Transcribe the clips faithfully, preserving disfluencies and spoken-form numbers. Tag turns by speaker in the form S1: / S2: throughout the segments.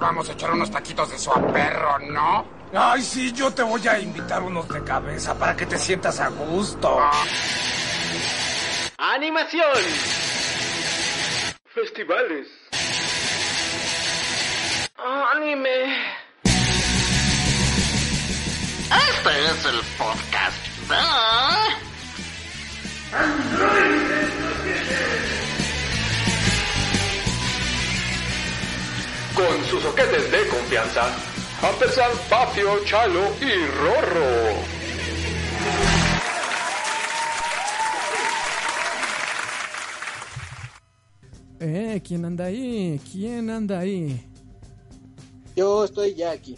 S1: Vamos a echar unos taquitos de suaperro, ¿no?
S2: Ay, sí, yo te voy a invitar unos de cabeza para que te sientas a gusto.
S1: Ah.
S3: Animación. Festivales. Anime.
S4: Este es el podcast de...
S3: Con sus soquetes de confianza, Ampersand, Fafio, Chalo y Rorro.
S5: Eh, ¿quién anda ahí? ¿Quién anda ahí?
S6: Yo estoy ya aquí.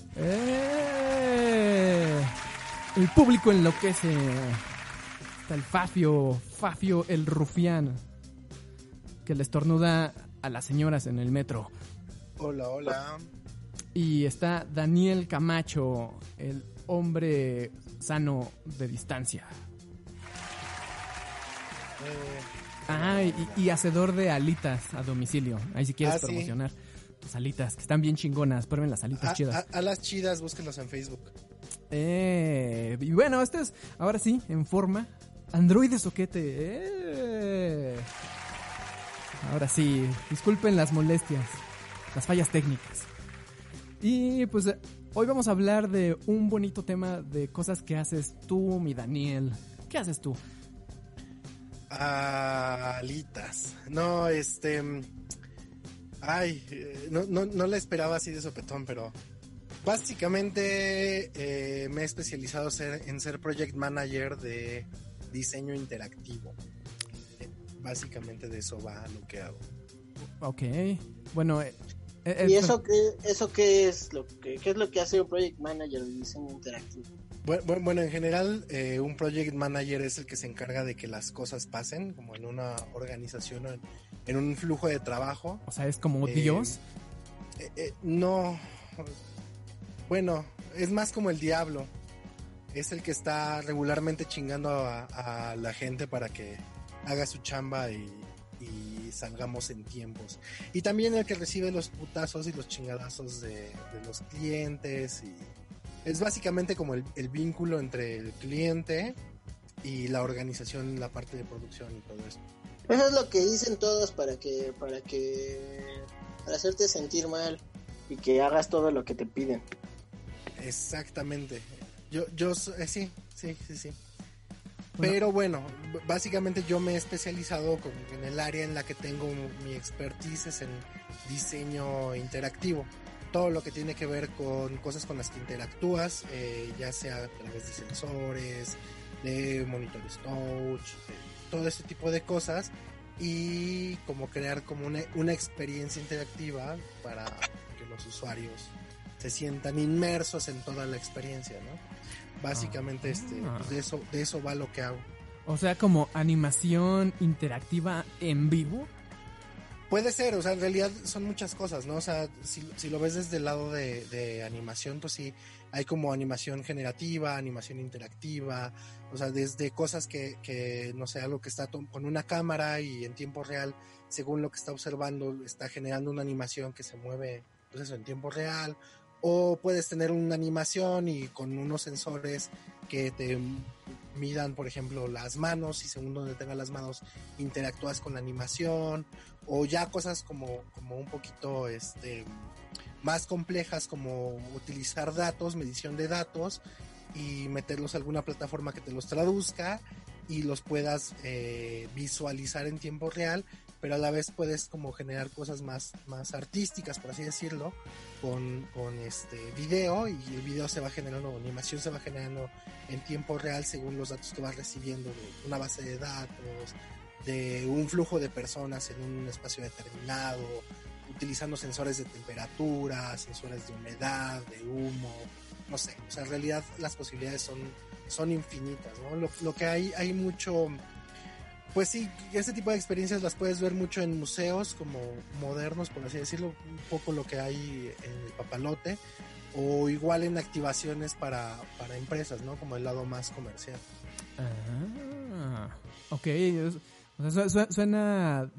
S5: ¡Eh! El público enloquece. Está el Fafio, Fafio el rufián, que le estornuda a las señoras en el metro.
S7: Hola, hola.
S5: Y está Daniel Camacho, el hombre sano de distancia.
S7: Eh,
S5: ah, y, y hacedor de alitas a domicilio. Ahí si quieres
S7: ah,
S5: promocionar. Sí. Tus alitas, que están bien chingonas. Prueben las alitas
S7: a,
S5: chidas.
S7: A, a las chidas, búsquenlos en Facebook.
S5: Eh, y bueno, este es, ahora sí, en forma. Androide Soquete. Eh. Ahora sí, disculpen las molestias, las fallas técnicas. Y pues hoy vamos a hablar de un bonito tema de cosas que haces tú, mi Daniel. ¿Qué haces tú?
S7: Alitas. No, este... Ay, no, no, no la esperaba así de sopetón, pero básicamente eh, me he especializado ser, en ser project manager de diseño interactivo. Eh, básicamente de eso va lo que hago.
S5: Ok, bueno... Eh, eh,
S6: ¿Y eso qué, eso qué es lo que qué es lo que hace un project manager de diseño interactivo?
S7: Bueno, bueno en general, eh, un project manager es el que se encarga de que las cosas pasen, como en una organización, en, en un flujo de trabajo.
S5: O sea, es como
S7: eh,
S5: Dios.
S7: Eh, eh, no, bueno, es más como el diablo. Es el que está regularmente chingando a, a la gente para que haga su chamba y, y salgamos en tiempos. Y también el que recibe los putazos y los chingadazos de, de los clientes. Y es básicamente como el, el vínculo entre el cliente y la organización, la parte de producción y todo eso.
S6: Eso es lo que dicen todos para que, para que, para hacerte sentir mal y que hagas todo lo que te piden.
S7: Exactamente. Yo, yo, eh, sí, sí, sí, sí. Pero bueno, básicamente yo me he especializado con, en el área en la que tengo mi expertise es en diseño interactivo. Todo lo que tiene que ver con cosas con las que interactúas, eh, ya sea a través de sensores, de monitores touch, de todo ese tipo de cosas, y como crear como una, una experiencia interactiva para que los usuarios se sientan inmersos en toda la experiencia, ¿no? Básicamente, ah, este, pues de eso, de eso va lo que hago.
S5: O sea, como animación interactiva en vivo.
S7: Puede ser, o sea, en realidad son muchas cosas, ¿no? O sea, si, si lo ves desde el lado de, de animación, pues sí, hay como animación generativa, animación interactiva, o sea, desde cosas que, que no sé, algo que está to- con una cámara y en tiempo real, según lo que está observando, está generando una animación que se mueve, pues eso, en tiempo real. O puedes tener una animación y con unos sensores que te midan, por ejemplo, las manos, y según donde tengas las manos interactúas con la animación. O ya cosas como, como un poquito este, más complejas, como utilizar datos, medición de datos, y meterlos a alguna plataforma que te los traduzca y los puedas eh, visualizar en tiempo real, pero a la vez puedes como generar cosas más, más artísticas, por así decirlo, con, con este video, y el video se va generando, la animación se va generando en tiempo real según los datos que vas recibiendo de una base de datos, de un flujo de personas en un espacio determinado, utilizando sensores de temperatura, sensores de humedad, de humo, no sé, o sea, en realidad las posibilidades son, son infinitas, ¿no? Lo, lo que hay, hay mucho... Pues sí, este tipo de experiencias las puedes ver mucho en museos como modernos, por así decirlo, un poco lo que hay en el Papalote, o igual en activaciones para, para empresas, ¿no? Como el lado más comercial.
S5: Ah, ok. O sea, su- su- suena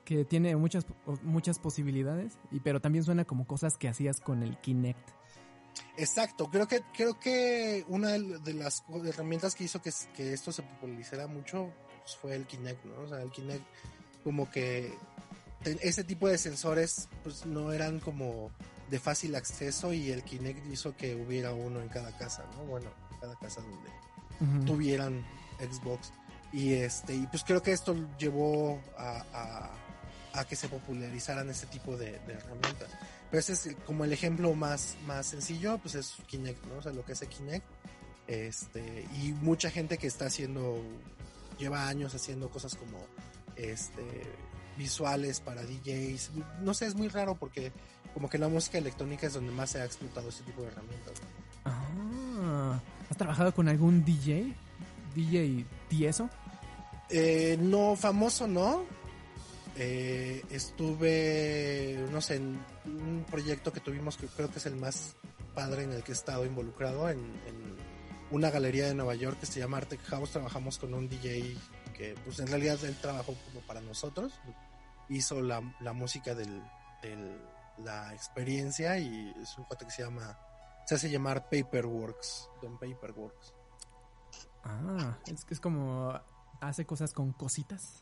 S5: que tiene muchas muchas posibilidades, y pero también suena como cosas que hacías con el Kinect.
S7: Exacto, creo que creo que una de las herramientas que hizo que, que esto se popularizara mucho pues, fue el Kinect, ¿no? O sea, el Kinect como que te, ese tipo de sensores pues no eran como de fácil acceso, y el Kinect hizo que hubiera uno en cada casa, ¿no? Bueno, en cada casa donde uh-huh. tuvieran Xbox. Y este y pues creo que esto llevó a, a, a que se popularizaran este tipo de, de herramientas. Pero ese es como el ejemplo más, más sencillo, pues es Kinect, ¿no? O sea, lo que hace Kinect. Este, y mucha gente que está haciendo, lleva años haciendo cosas como este visuales para D Js. No sé, es muy raro porque como que la música electrónica es donde más se ha explotado este tipo de herramientas, ¿no?
S5: Ah, ¿has trabajado con algún D J? D J tieso.
S7: Eh, no, famoso no. Eh, estuve, no sé, en un proyecto que tuvimos que creo que es el más padre en el que he estado involucrado, en, en una galería de Nueva York que se llama Artec House. Trabajamos con un D J que pues en realidad él trabajó como para nosotros, hizo la, la música del, del, la experiencia, y es un cuate que se llama, se hace llamar Paperworks, Don Paperworks.
S5: Ah, es que es como hace cosas con cositas.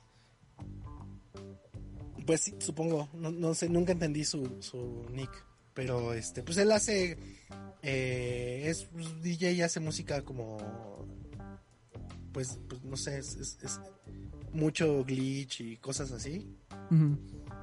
S7: Pues sí, supongo, no, no sé, nunca entendí su, su nick, pero este, pues él hace, eh, es pues, D J y hace música como, pues, pues no sé, es, es, es mucho glitch y cosas así.
S5: Uh-huh.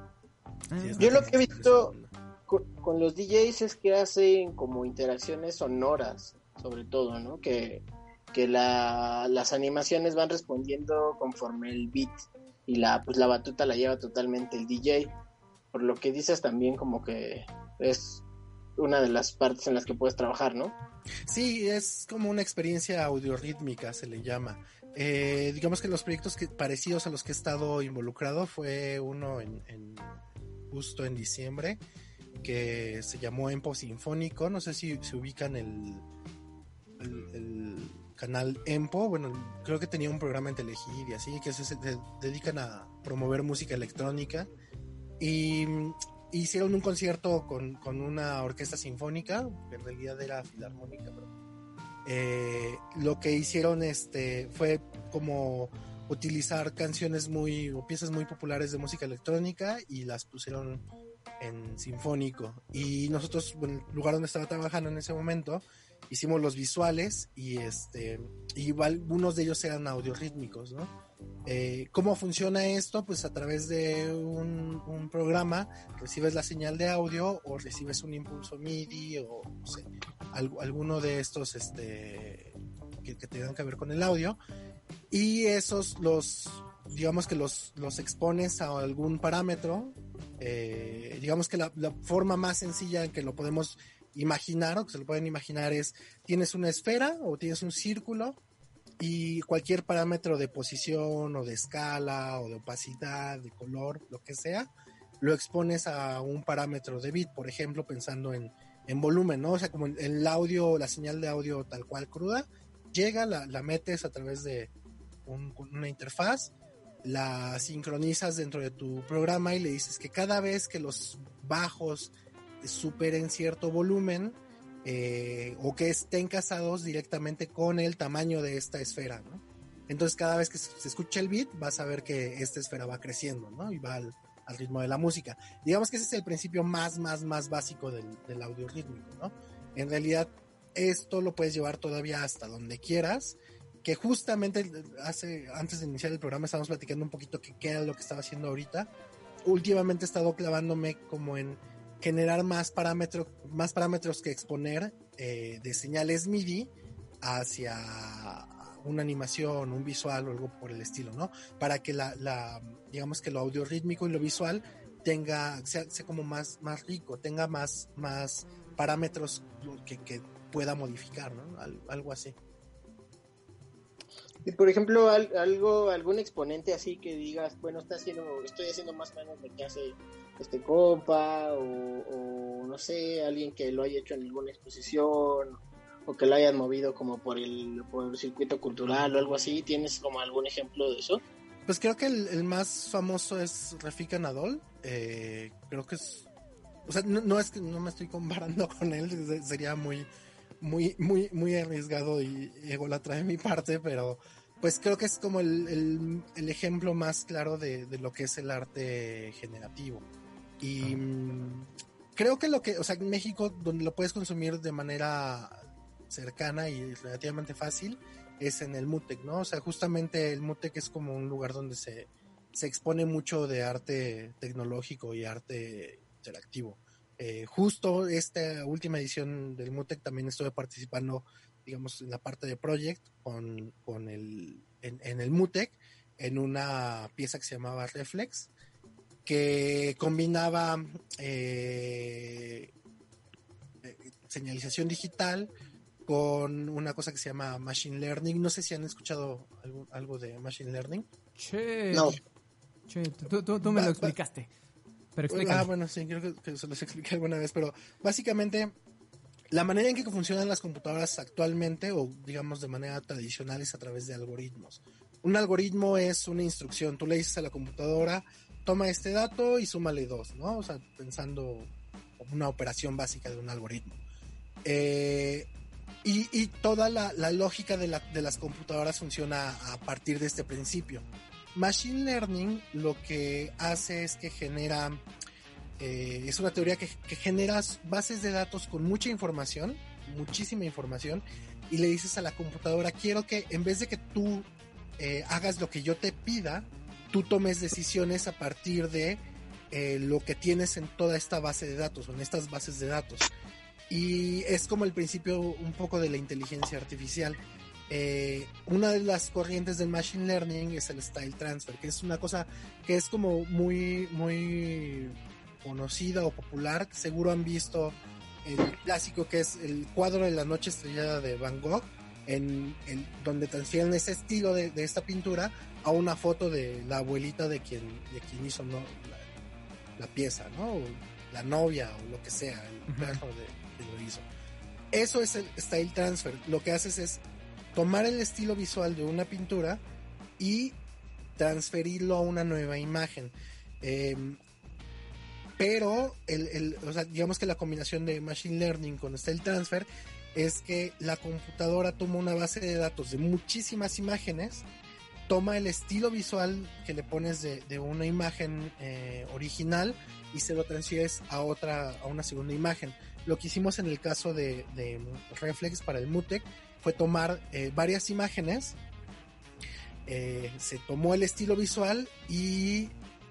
S6: Sí, yo lo que he visto con, con los D Js es que hacen como interacciones sonoras, sobre todo, ¿no? Que, que la, las animaciones van respondiendo conforme el beat, y la pues la batuta la lleva totalmente el D J. Por lo que dices también como que es una de las partes en las que puedes trabajar, ¿no?
S7: Sí, es como una experiencia audiorítmica, se le llama. Eh, digamos que los proyectos que, parecidos a los que he estado involucrado fue uno en, en justo en diciembre, que se llamó Empo Sinfónico. No sé si se ubican el, el, el canal Empo. Bueno, creo que tenía un programa en Telehit y así, que se, se dedican a promover música electrónica, y hicieron un concierto con, con una orquesta sinfónica, que en realidad era filarmónica, pero eh, lo que hicieron este fue como utilizar canciones muy o piezas muy populares de música electrónica y las pusieron en sinfónico. Y nosotros, bueno, el lugar donde estaba trabajando en ese momento, hicimos los visuales, y este y algunos de ellos eran audiorítmicos, ¿no? Eh, ¿Cómo funciona esto? Pues a través de un, un programa recibes la señal de audio, o recibes un impulso M I D I, o no sé, algo, alguno de estos este que, que tengan que ver con el audio, y esos los digamos que los, los expones a algún parámetro. Eh, digamos que la, la forma más sencilla en que lo podemos imaginar, o que se lo pueden imaginar, es: tienes una esfera o tienes un círculo, y cualquier parámetro de posición o de escala o de opacidad, de color, lo que sea, lo expones a un parámetro de bit, por ejemplo, pensando en, en volumen, ¿no? O sea, como el audio, la señal de audio tal cual cruda, llega, la, la metes a través de un, una interfaz, la sincronizas dentro de tu programa y le dices que cada vez que los bajos superen cierto volumen, eh, o que estén casados directamente con el tamaño de esta esfera, ¿no? Entonces cada vez que se escucha el beat vas a ver que esta esfera va creciendo, ¿no? Y va al, al ritmo de la música. Digamos que ese es el principio más, más, más básico del, del audio rítmico, ¿no? En realidad esto lo puedes llevar todavía hasta donde quieras, que justamente hace, antes de iniciar el programa estábamos platicando un poquito que qué era lo que estaba haciendo ahorita. Últimamente he estado clavándome como en generar más parámetros, más parámetros que exponer eh, de señales M I D I hacia una animación, un visual o algo por el estilo, ¿no? Para que la, la digamos que lo audio rítmico y lo visual tenga, sea, sea como más, más rico, tenga más, más parámetros que, que pueda modificar, ¿no? Al, algo así.
S6: Y por ejemplo, al, algo, algún exponente así que digas, bueno, está haciendo, estoy haciendo más o menos lo que hace este compa, o, o no sé, alguien que lo haya hecho en alguna exposición, o que lo hayan movido como por el, por el circuito cultural o algo así. ¿Tienes como algún ejemplo de eso?
S7: Pues creo que el, el más famoso es Refik Anadol. Eh, creo que es, o sea, no, no es que no me estoy comparando con él, sería muy, muy, muy, muy arriesgado y ególatra de mi parte, pero pues creo que es como el, el, el ejemplo más claro de, de lo que es el arte generativo. Y uh-huh. creo que lo que, o sea, en México, donde lo puedes consumir de manera cercana y relativamente fácil, es en el MUTEC, ¿no? O sea, justamente el MUTEC es como un lugar donde se, se expone mucho de arte tecnológico y arte interactivo. Eh, justo esta última edición del MUTEC también estuve participando, digamos, en la parte de Project con, con el, en, en el MUTEC, en una pieza que se llamaba Reflex, que combinaba eh, señalización digital con una cosa que se llama Machine Learning. No sé si han escuchado algo, algo de Machine Learning.
S5: Che,
S6: no.
S5: Che, tú, tú, tú me ba- lo explicaste. Pero explícame.
S7: Ah, bueno, sí, creo que, que se los expliqué alguna vez, pero básicamente la manera en que funcionan las computadoras actualmente, o digamos de manera tradicional, es a través de algoritmos. Un algoritmo es una instrucción. Tú le dices a la computadora, toma este dato y súmale dos, ¿no? O sea, pensando como una operación básica de un algoritmo. Eh... Y, y toda la, la lógica de, la, de las computadoras funciona a partir de este principio. Machine Learning lo que hace es que genera, eh, es una teoría que, que genera bases de datos con mucha información, muchísima información, y le dices a la computadora, quiero que en vez de que tú eh, hagas lo que yo te pida, tú tomes decisiones a partir de eh, lo que tienes en toda esta base de datos, o en estas bases de datos. Y es como el principio un poco de la inteligencia artificial. Eh, una de las corrientes del Machine Learning es el Style Transfer, que es una cosa que es como muy, muy conocida o popular. Seguro han visto el clásico que es el cuadro de la noche estrellada de Van Gogh, en, en donde transfieren ese estilo de, de esta pintura a una foto de la abuelita de quien, de quien hizo, ¿no? la, la pieza, ¿no? O la novia o lo que sea, el perro uh-huh. de lo hizo. Eso es el Style Transfer. Lo que haces es tomar el estilo visual de una pintura y transferirlo a una nueva imagen. Eh, pero, el, el, o sea, digamos que la combinación de Machine Learning con Style Transfer es que la computadora toma una base de datos de muchísimas imágenes, toma el estilo visual que le pones de, de una imagen eh, original y se lo transfieres a otra, a una segunda imagen. Lo que hicimos en el caso de, de Reflex para el MUTEC fue tomar eh, varias imágenes, eh, se tomó el estilo visual y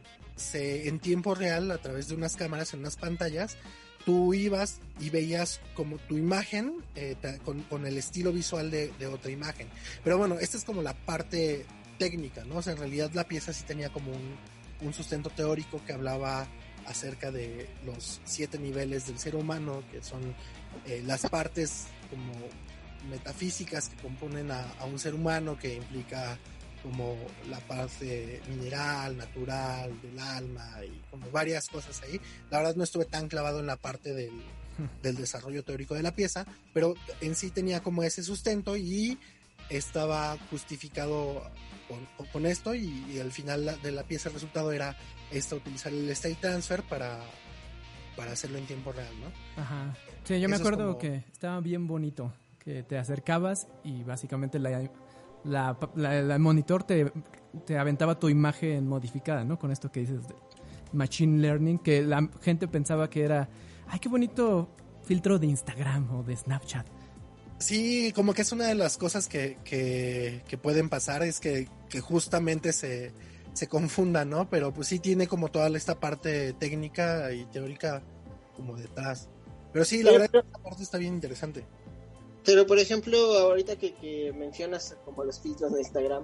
S7: se, en tiempo real, a través de unas cámaras en unas pantallas, tú ibas y veías como tu imagen eh, con, con el estilo visual de, de otra imagen. Pero bueno, esta es como la parte técnica, ¿no? O sea, en realidad la pieza sí tenía como un, un sustento teórico que hablaba acerca de los siete niveles del ser humano, que son eh, las partes como metafísicas que componen a, a un ser humano, que implica como la parte mineral, natural, del alma y como varias cosas ahí. La verdad no estuve tan clavado en la parte del, del desarrollo teórico de la pieza, pero en sí tenía como ese sustento y estaba justificado con, con esto, y, y al final la, de la pieza el resultado era esta, utilizar el Style Transfer para, para hacerlo en tiempo real, ¿no?
S5: Ajá. Sí, yo me Eso acuerdo como... que estaba bien bonito, que te acercabas y básicamente la, la, la, la monitor te, te aventaba tu imagen modificada, ¿no? Con esto que dices de Machine Learning, que la gente pensaba que era, ay, qué bonito filtro de Instagram o de Snapchat.
S7: Sí, como que es una de las cosas que, que, que pueden pasar, es que, que justamente se, se confundan, ¿no? Pero pues sí tiene como toda esta parte técnica y teórica como detrás. Pero sí, la pero, verdad, esta parte está bien interesante.
S6: Pero por ejemplo, ahorita que, que mencionas como los filtros de Instagram,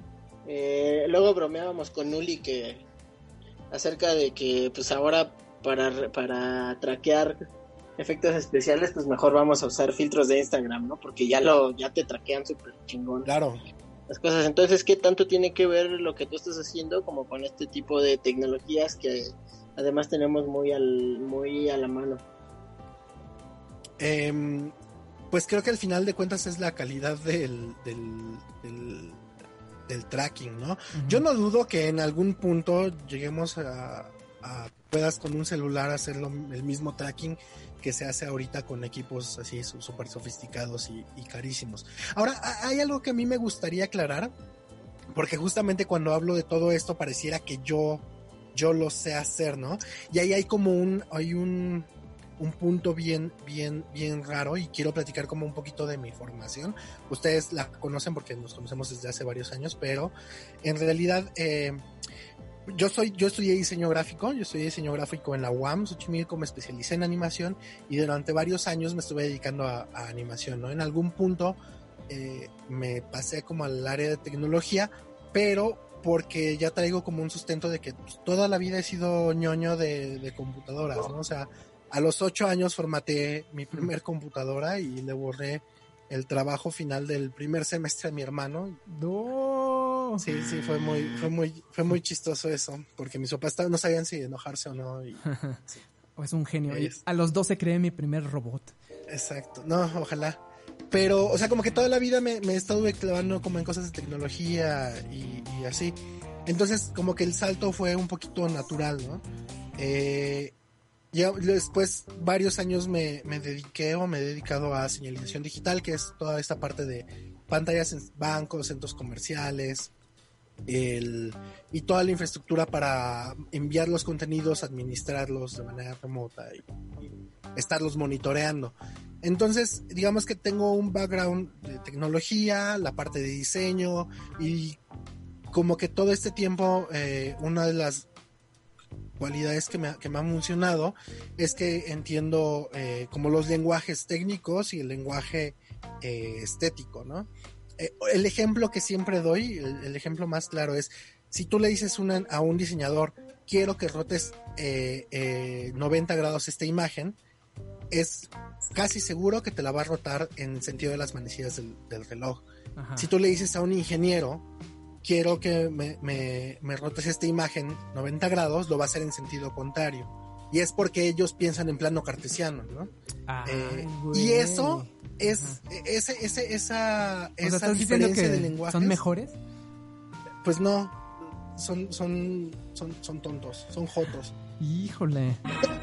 S6: eh, luego bromeábamos con Uli que acerca de que pues ahora para, para traquear efectos especiales, pues mejor vamos a usar filtros de Instagram, ¿no? Porque ya lo ya te traquean súper chingón.
S7: Claro.
S6: Las cosas. Entonces, ¿qué tanto tiene que ver lo que tú estás haciendo como con este tipo de tecnologías que además tenemos muy al muy a la mano?
S7: Eh, pues creo que al final de cuentas es la calidad del, del, del del tracking, ¿no?
S5: Uh-huh.
S7: Yo no dudo que en algún punto lleguemos a, a puedas con un celular hacer lo, el mismo tracking que se hace ahorita con equipos así súper sofisticados y, y carísimos. Ahora, hay algo que a mí me gustaría aclarar, porque justamente cuando hablo de todo esto pareciera que yo, yo lo sé hacer, ¿no? Y ahí hay como un, hay un, un punto bien, bien, bien raro, y quiero platicar como un poquito de mi formación. Ustedes la conocen porque nos conocemos desde hace varios años, pero en realidad eh, yo soy, yo estudié diseño gráfico, yo estudié diseño gráfico en la U A M Xochimilco, me especialicé en animación y durante varios años me estuve dedicando a, a animación, ¿no? En algún punto eh, me pasé como al área de tecnología, pero porque ya traigo como un sustento de que pues, toda la vida he sido ñoño de, de computadoras, ¿no? O sea, a los ocho años formateé mi primer computadora y le borré el trabajo final del primer semestre a mi hermano.
S5: No.
S7: Sí, sí, fue muy, fue muy, fue muy chistoso eso, porque mis papás no sabían si enojarse o no. Y, sí.
S5: O es un genio.
S7: Es...
S5: A los doce creé mi primer robot.
S7: Exacto. No, ojalá. Pero, o sea, como que toda la vida me, me he estado clavando como en cosas de tecnología y, y así. Entonces, como que el salto fue un poquito natural, ¿no? Eh, ya después, varios años me, me dediqué o me he dedicado a señalización digital, que es toda esta parte de pantallas en bancos, centros comerciales, el, y toda la infraestructura para enviar los contenidos, administrarlos de manera remota y, y estarlos monitoreando. Entonces, digamos que tengo un background de tecnología, la parte de diseño, y como que todo este tiempo eh, una de las cualidades que me, que me han funcionado es que entiendo eh, como los lenguajes técnicos y el lenguaje eh, estético, ¿no? Eh, el ejemplo que siempre doy, el, el ejemplo más claro es, si tú le dices una, a un diseñador, quiero que rotes eh, eh, noventa grados esta imagen, es casi seguro que te la va a rotar en el sentido de las manecillas del, del reloj. Ajá. Si tú le dices a un ingeniero, quiero que me, me, me rotes esta imagen noventa grados, lo va a hacer en sentido contrario. Y es porque ellos piensan en plano cartesiano, ¿no? Ay, eh, y eso es, ese, ese, esa,
S5: o sea,
S7: esa diferencia de lenguajes.
S5: ¿Son mejores?
S7: Pues no, son, son, son, son tontos, son jotos.
S5: Híjole.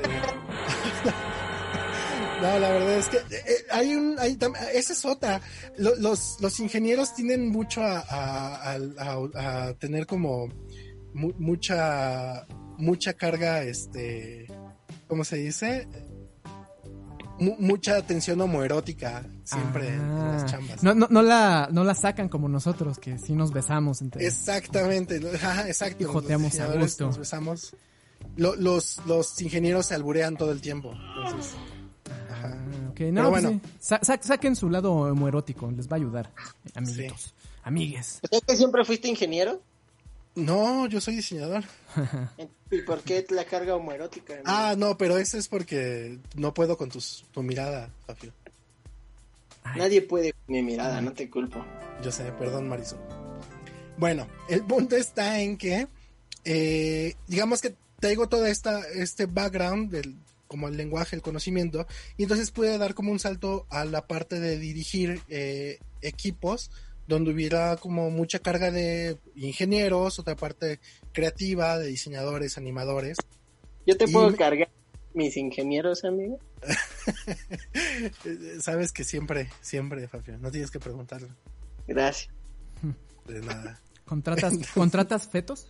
S7: No, la verdad es que eh, hay un, hay, esa es otra. Los, los ingenieros tienden mucho a, a, a, a tener como mu, mucha, mucha carga, este, ¿cómo se dice? M- mucha atención homoerótica siempre ah, en las chambas.
S5: No, no, no la, no la sacan como nosotros, que sí nos besamos entre.
S7: Exactamente, ajá, exacto.
S5: Y joteamos a gusto.
S7: Nos besamos. Lo, los, los ingenieros se alburean todo el tiempo. Entonces.
S5: Ah, okay. No, pues bueno. Sí. Sa- sa- saquen su lado homoerótico, les va a ayudar, amiguitos, sí. Amigues.
S6: ¿Es que siempre fuiste ingeniero?
S7: No, yo soy diseñador.
S6: ¿Y por qué la carga homoerótica? ¿No?
S7: Ah, no, pero eso es porque no puedo con tus, tu mirada, Fabio.
S6: Nadie puede con mi mirada, no te culpo.
S7: Yo sé, perdón, Marisol. Bueno, el punto está en que, eh, digamos que traigo todo esta, este background del como el lenguaje, el conocimiento, y entonces pude dar como un salto a la parte de dirigir eh, equipos donde hubiera como mucha carga de ingenieros, otra parte creativa, de diseñadores, animadores.
S6: ¿Yo te
S7: y
S6: puedo
S7: me...
S6: cargar mis ingenieros, amigo?
S7: Sabes que siempre, siempre, Fabio, no tienes que preguntarlo.
S6: Gracias.
S7: De nada.
S5: ¿Contratas, ¿contratas fetos?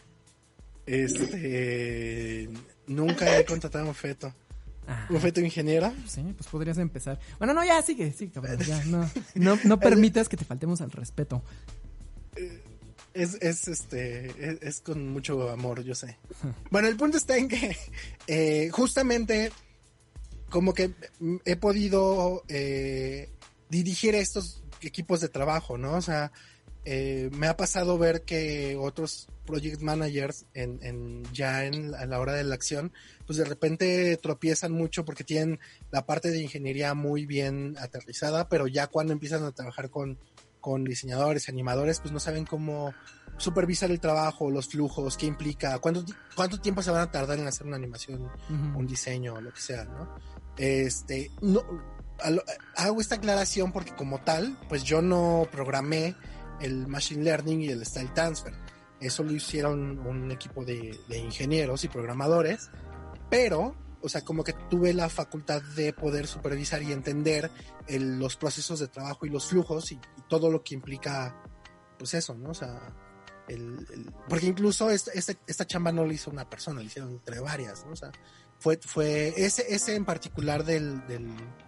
S7: Este... Nunca he contratado un feto. Ah, ¿un feto ingeniero?
S5: Sí, pues podrías empezar. Bueno, no, ya, sigue, sigue, cabrón. Ya, no, no, no permitas que te faltemos al respeto.
S7: Es, es este, es, es con mucho amor, yo sé. Bueno, el punto está en que eh, justamente como que he podido eh, dirigir estos equipos de trabajo, ¿no? O sea, eh, me ha pasado ver que otros project managers en, en ya en, a la hora de la acción, pues de repente tropiezan mucho porque tienen la parte de ingeniería muy bien aterrizada, pero ya cuando empiezan a trabajar con, con diseñadores, animadores, pues no saben cómo supervisar el trabajo, los flujos, qué implica, cuánto, cuánto tiempo se van a tardar en hacer una animación, uh-huh. un diseño, lo que sea, ¿no? Este, no, hago esta aclaración porque como tal, pues yo no programé el Machine Learning y el Style Transfer. Eso lo hicieron un equipo de, de ingenieros y programadores, pero, o sea, como que tuve la facultad de poder supervisar y entender el, los procesos de trabajo y los flujos y, y todo lo que implica, pues eso, ¿no? O sea, el, el, porque incluso este, este, esta chamba no la hizo una persona, la hicieron entre varias, ¿no? O sea, fue, fue ese, ese en particular del, del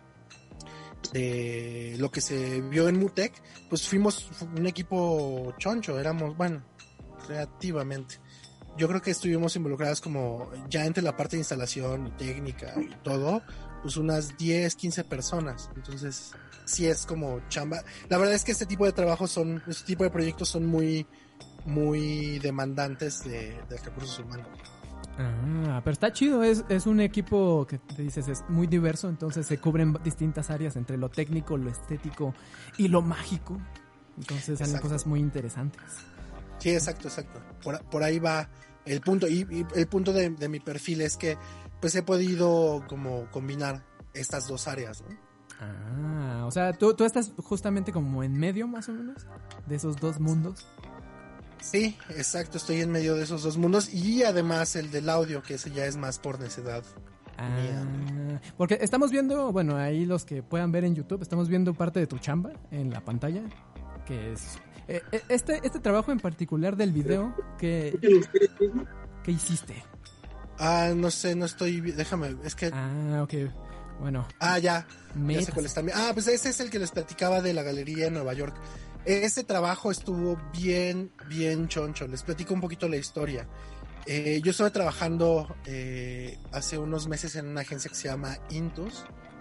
S7: de lo que se vio en Mutec, pues fuimos un equipo choncho, éramos, bueno, creativamente. Yo creo que estuvimos involucradas como ya entre la parte de instalación y técnica y todo, pues unas diez, quince personas. Entonces, sí es como chamba. La verdad es que este tipo de trabajos son, este tipo de proyectos son muy, muy demandantes de, de recursos humanos.
S5: Ah, pero está chido, es, es un equipo que te dices es muy diverso, entonces se cubren distintas áreas entre lo técnico, lo estético y lo mágico. Entonces salen cosas muy interesantes.
S7: Sí, exacto, exacto. Por, por ahí va el punto. Y, y el punto de, de mi perfil es que pues he podido como combinar estas dos áreas, ¿no?
S5: Ah, o sea, ¿tú, tú estás justamente como en medio más o menos de esos dos mundos.
S7: Sí, exacto, estoy en medio de esos dos mundos y además el del audio, que ese ya es más por necesidad.
S5: Ah,
S7: mía.
S5: Porque estamos viendo, bueno, ahí los que puedan ver en YouTube, estamos viendo parte de tu chamba en la pantalla, que es... Eh, este, este trabajo en particular del video, ¿qué, ¿qué hiciste?
S7: Ah, no sé, no estoy... Déjame, es que...
S5: Ah, ok, bueno.
S7: Ah, ya,
S5: Metas.
S7: ya sé cuál está. Ah, pues ese es el que les platicaba de la galería en Nueva York. Ese trabajo estuvo bien, bien choncho. Les platico un poquito la historia. Eh, yo estuve trabajando eh, hace unos meses en una agencia que se llama Intus,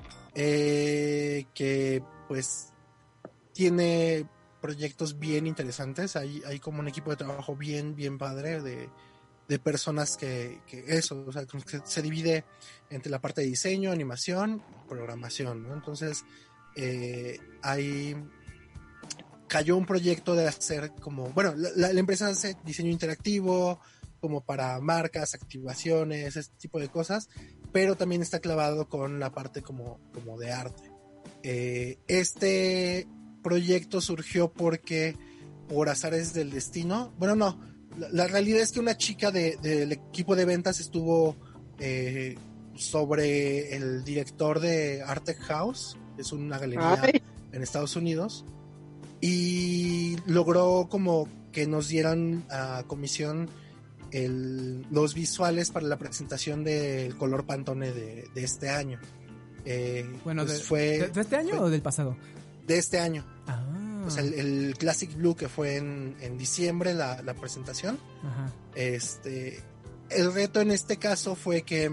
S7: eh, que pues tiene proyectos bien interesantes. Hay, hay como un equipo de trabajo bien, bien padre de, de personas que, que eso, o sea, que se divide entre la parte de diseño, animación, programación, ¿no? Entonces, eh, hay... cayó un proyecto de hacer como, bueno, la, la empresa hace diseño interactivo, como para marcas, activaciones, ese tipo de cosas, pero también está clavado con la parte como, como de arte. Eh, este proyecto surgió porque, por azares del destino, bueno, no, la, la realidad es que una chica de, del equipo de ventas estuvo eh, sobre el director de Arte House, es una galería Ay. en Estados Unidos, y logró como que nos dieran a comisión el, los visuales para la presentación del color Pantone de, de este año. Eh,
S5: bueno,
S7: pues
S5: de,
S7: fue,
S5: ¿de, de este año
S7: fue,
S5: o del pasado?
S7: De este año.
S5: Ah.
S7: O sea, el, el Classic Blue que fue en, en diciembre la, la presentación.
S5: Ajá. Este,
S7: el reto en este caso fue que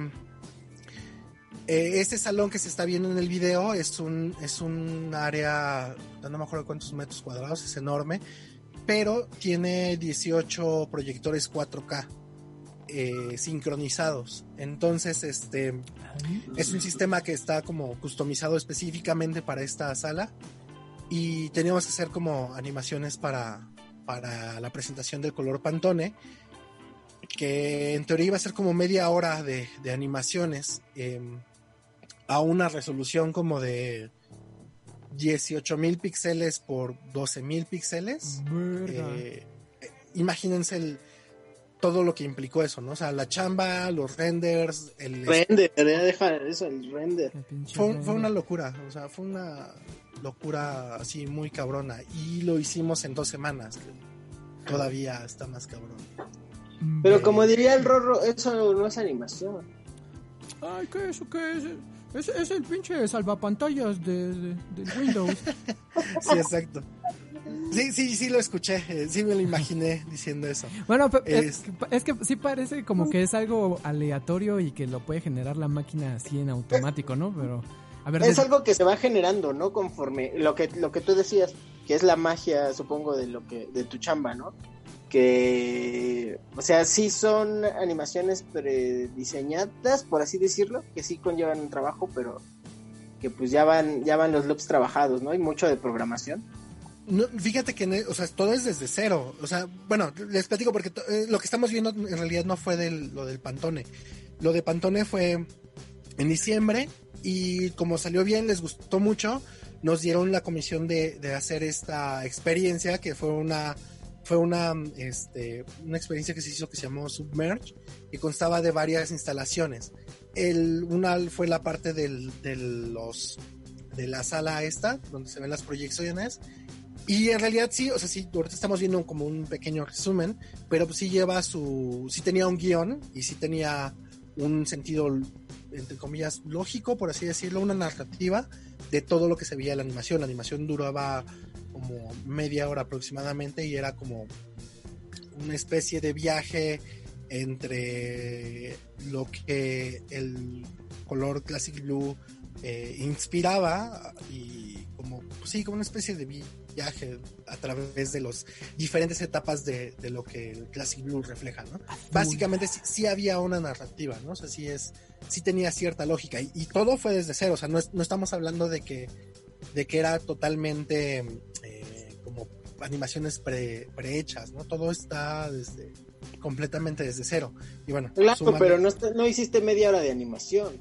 S7: Eh, este salón que se está viendo en el video es un, es un área, no me acuerdo cuántos metros cuadrados, es enorme, pero tiene dieciocho proyectores cuatro K eh, sincronizados. Entonces, este es un sistema que está como customizado específicamente para esta sala y teníamos que hacer como animaciones para, para la presentación del color Pantone, que en teoría iba a ser como media hora de, de animaciones. Eh, a una resolución como de dieciocho mil píxeles por doce mil píxeles. Eh, imagínense el, todo lo que implicó eso, ¿no? O sea, la chamba, los renders, el...
S6: Render, ya deja eso, el render.
S7: Fue, fue una locura, o sea, fue una locura así muy cabrona. Y lo hicimos en dos semanas, que todavía está más cabrón.
S6: Pero como diría el Rorro, eso no es animación.
S5: Ay, ¿qué es eso? ¿Qué es? Es, es el pinche salvapantallas de, de, de Windows.
S7: Sí, exacto. Sí, sí, sí lo escuché, sí me lo imaginé diciendo eso.
S5: Bueno, pero es, es, es que sí parece como que es algo aleatorio y que lo puede generar la máquina así en automático, ¿no? Pero a ver,
S6: es
S5: de...
S6: algo que se va generando, ¿no? Conforme lo que lo que tú decías, que es la magia, supongo, de lo que de tu chamba, ¿no? Que, o sea, sí son animaciones prediseñadas, por así decirlo, que sí conllevan un trabajo, pero que pues ya van ya van los loops trabajados, ¿no? Hay mucho de programación.
S7: No, fíjate que, o sea, todo es desde cero. O sea, bueno, les platico porque to, eh, lo que estamos viendo en realidad no fue del, lo del Pantone. Lo de Pantone fue en diciembre, y como salió bien, les gustó mucho, nos dieron la comisión de, de hacer esta experiencia, que fue una fue una este una experiencia que se hizo que se llamó Submerge, que constaba de varias instalaciones. El, una fue la parte del, de los de la sala esta, donde se ven las proyecciones, y en realidad sí, o sea, sí, ahorita estamos viendo como un pequeño resumen, pero pues sí lleva su, sí tenía un guión, y sí tenía un sentido, entre comillas, lógico, por así decirlo, una narrativa de todo lo que se veía en la animación. La animación duraba como media hora aproximadamente, y era como una especie de viaje entre lo que el color Classic Blue eh, inspiraba, y como, pues sí, como una especie de viaje a través de las diferentes etapas de, de lo que el Classic Blue refleja, ¿no? Básicamente sí, sí había una narrativa, ¿no? O sea, sí es, sí tenía cierta lógica, y, y todo fue desde cero. O sea, no, es, no estamos hablando de que, de que era totalmente eh, como animaciones pre, prehechas, ¿no? Todo está desde completamente desde cero. Y bueno,
S6: claro,
S7: súmale,
S6: pero no, no hiciste media hora de animación.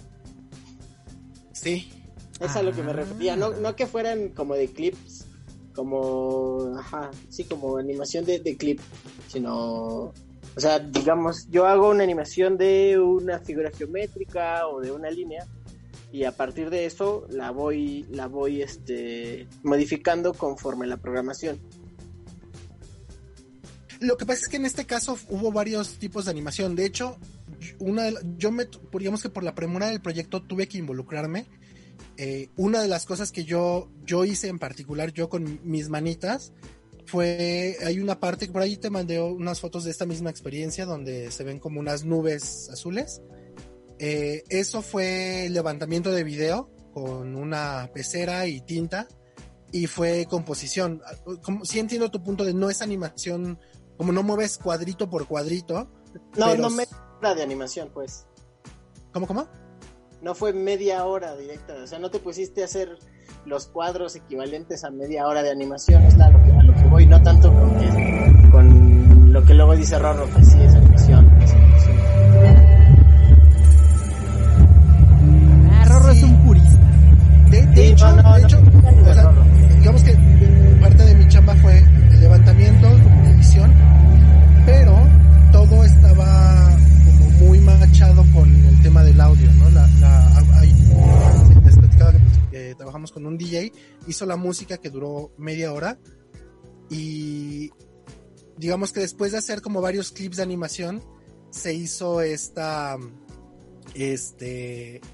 S7: Sí.
S6: Es a lo que me refería, no, no que fueran como de clips, como, ajá, sí, como animación de, de clip, sino, o sea, digamos, yo hago una animación de una figura geométrica o de una línea, y a partir de eso la voy, la voy, este, modificando conforme la programación.
S7: Lo que pasa es que en este caso hubo varios tipos de animación. De hecho, una de, yo me, digamos que por la premura del proyecto tuve que involucrarme. Eh, una de las cosas que yo, yo hice en particular, yo con mis manitas, fue, hay una parte, por ahí te mandé unas fotos de esta misma experiencia, donde se ven como unas nubes azules. Eh, eso fue levantamiento de video con una pecera y tinta, y fue composición. Como, sí entiendo tu punto de no es animación, como no mueves cuadrito por cuadrito.
S6: No,
S7: pero...
S6: no media hora de animación, pues.
S7: ¿Cómo, cómo?
S6: No fue media hora directa, o sea, no te pusiste a hacer los cuadros equivalentes a media hora de animación, es a lo que, a lo que voy, no tanto con, que, con lo que luego dice Rorro, que sí es animación. Es animación.
S5: Ah, Rorro
S6: sí.
S5: Es un purista.
S7: De, de
S6: Sí,
S7: hecho,
S6: no, no,
S7: de
S6: no,
S7: hecho,
S6: no, no,
S7: o sea,
S6: no, no.
S7: digamos que parte de mi chamba fue el levantamiento, edición, pero todo estaba como muy machado con el tema del audio, ¿no? La, la, hay, les platicaba que eh, trabajamos con un D J, hizo la música que duró media hora, y digamos que después de hacer como varios clips de animación, se hizo esta, este,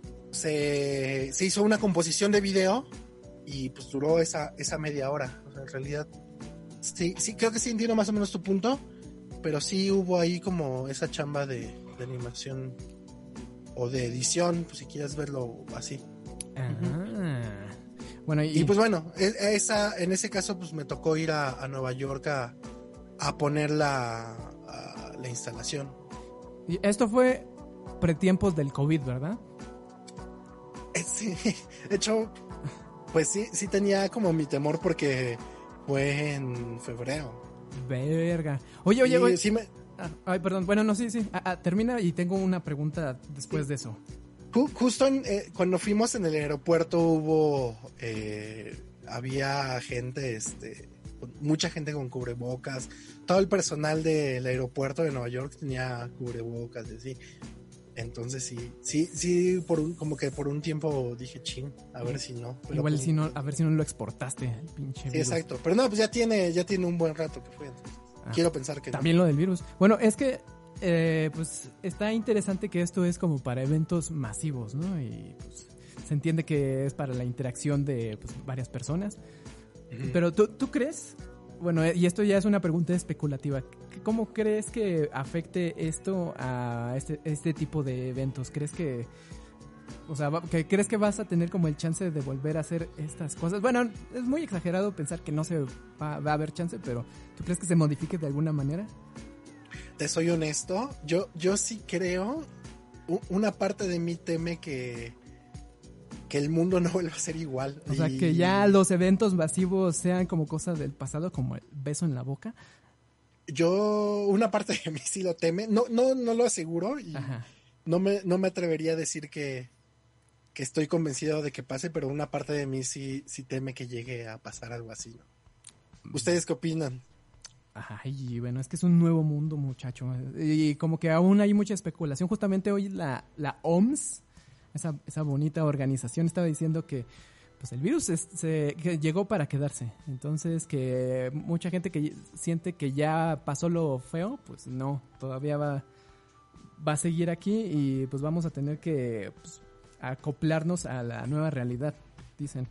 S7: se, se hizo una composición de video, y pues duró esa, esa media hora. O sea, en realidad, sí, sí, creo que sí entiendo más o menos tu punto, pero sí hubo ahí como esa chamba de, de animación o de edición, pues si quieres verlo así.
S5: Ajá. Bueno, y...
S7: y pues bueno, esa, en ese caso pues me tocó ir a, a Nueva York a, a poner la, a, la instalación.
S5: y esto fue pretiempos del COVID, ¿verdad?
S7: Eh, Sí, de hecho, pues sí, sí tenía como mi temor, porque fue en febrero.
S5: Verga. Oye, oye,
S7: Y
S5: oye.
S7: sí me,
S5: Ah, ay, perdón. Bueno, no, sí, sí. Ah, ah, termina y tengo una pregunta después de eso.
S7: Ju- Justo en, eh, cuando fuimos en el aeropuerto hubo, eh, había gente, este, mucha gente con cubrebocas, todo el personal del aeropuerto de Nueva York tenía cubrebocas y así. Entonces sí, sí, sí, por un, como que por un tiempo dije, ching, a ver si no. Pero
S5: Igual
S7: pues,
S5: si no, a ver si no lo exportaste, el pinche
S7: sí,
S5: virus.
S7: exacto. Pero no, pues ya tiene, ya tiene un buen rato que fue. Entonces,
S5: Ah,
S7: quiero pensar que
S5: también lo del virus. Bueno, es que eh, pues está interesante que esto es como para eventos masivos, ¿no? Y pues, se entiende que es para la interacción de pues, varias personas.
S7: Ujú.
S5: Pero ¿tú, tú crees, bueno, y esto ya es una pregunta especulativa, ¿cómo crees que afecte esto a este, este tipo de eventos? ¿Crees que, o sea, va- que crees que vas a tener como el chance de volver a hacer estas cosas? Bueno, es muy exagerado pensar que no se va, va a haber chance, pero ¿tú crees que se modifique de alguna manera?
S7: Te soy honesto, yo, yo sí creo, u- una parte de mí teme que, que el mundo no vuelva a ser igual.
S5: O sea,
S7: Y-
S5: que ya los eventos masivos sean como cosas del pasado, como el beso en la boca.
S7: Yo, una parte de mí sí lo teme, no, no, no lo aseguro, y,
S5: Ajá.
S7: no me, no me atrevería a decir que, que estoy convencido de que pase, pero una parte de mí sí, sí teme que llegue a pasar algo así, ¿no? ¿Ustedes qué opinan?
S5: Ay, bueno, es que es un nuevo mundo, muchacho. Y como que aún hay mucha especulación. Justamente hoy la, la O M S, esa, esa bonita organización, estaba diciendo que pues el virus es, se, que llegó para quedarse. Entonces, que mucha gente que siente que ya pasó lo feo, pues no, todavía va, va a seguir aquí y pues vamos a tener que pues, acoplarnos a la nueva realidad, dicen.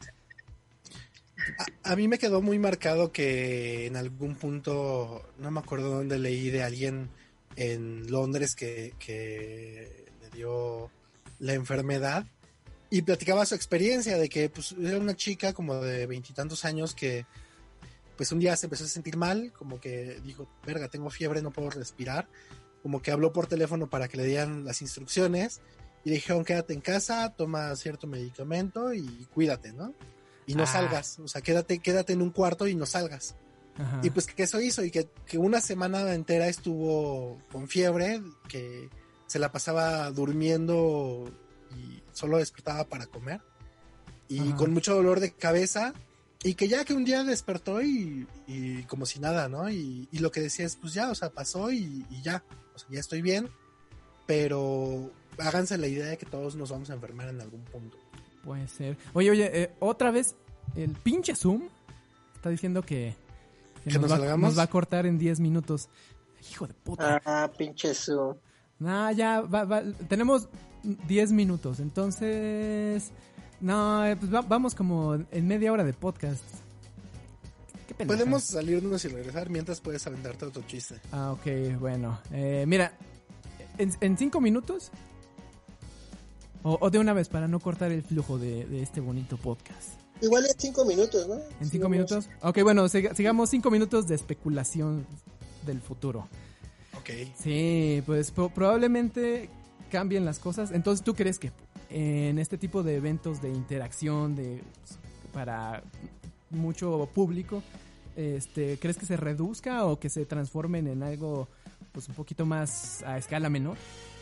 S7: A, a mí me quedó muy marcado que en algún punto, no me acuerdo dónde leí de alguien en Londres que, que le dio la enfermedad y platicaba su experiencia de que pues era una chica como de veintitantos años que pues un día se empezó a sentir mal, como que dijo, verga, tengo fiebre, no puedo respirar, como que habló por teléfono para que le dieran las instrucciones y le dijeron quédate en casa, toma cierto medicamento y cuídate, ¿no? Y no ah. salgas, o sea, quédate, quédate en un cuarto y no salgas. Ajá. Y pues que eso hizo y que, que una semana entera estuvo con fiebre, que se la pasaba durmiendo y solo despertaba para comer y Ajá. con mucho dolor de cabeza y que ya que un día despertó y, y como si nada, ¿no? Y, y lo que decía es pues ya, o sea, pasó y, y ya, o sea, ya estoy bien, pero háganse la idea de que todos nos vamos a enfermar en algún punto.
S5: Puede ser. Oye, oye, eh, otra vez el pinche Zoom está diciendo que, que,
S7: ¿Que
S5: nos,
S7: nos,
S5: va, nos va a cortar en diez minutos. Hijo de puta.
S6: Ah, pinche Zoom.
S5: Nah, ya, va, va, tenemos diez minutos, entonces... No, pues va, vamos como en media hora de podcast.
S7: ¿Qué pena? Podemos salirnos y regresar mientras puedes aventarte otro chiste.
S5: Ah, ok, bueno. Eh, mira, en, en cinco minutos... O, o de una vez, para no cortar el flujo de, de este bonito podcast.
S6: Igual en cinco minutos, ¿no?
S5: ¿En
S6: cinco
S5: sigamos. minutos? Ok, bueno, sig- sigamos cinco minutos de especulación del futuro.
S7: Ok.
S5: Sí, pues pro- probablemente cambien las cosas. Entonces, ¿tú crees que en este tipo de eventos de interacción de para mucho público, este, crees que se reduzca o que se transformen en algo pues un poquito más a escala menor?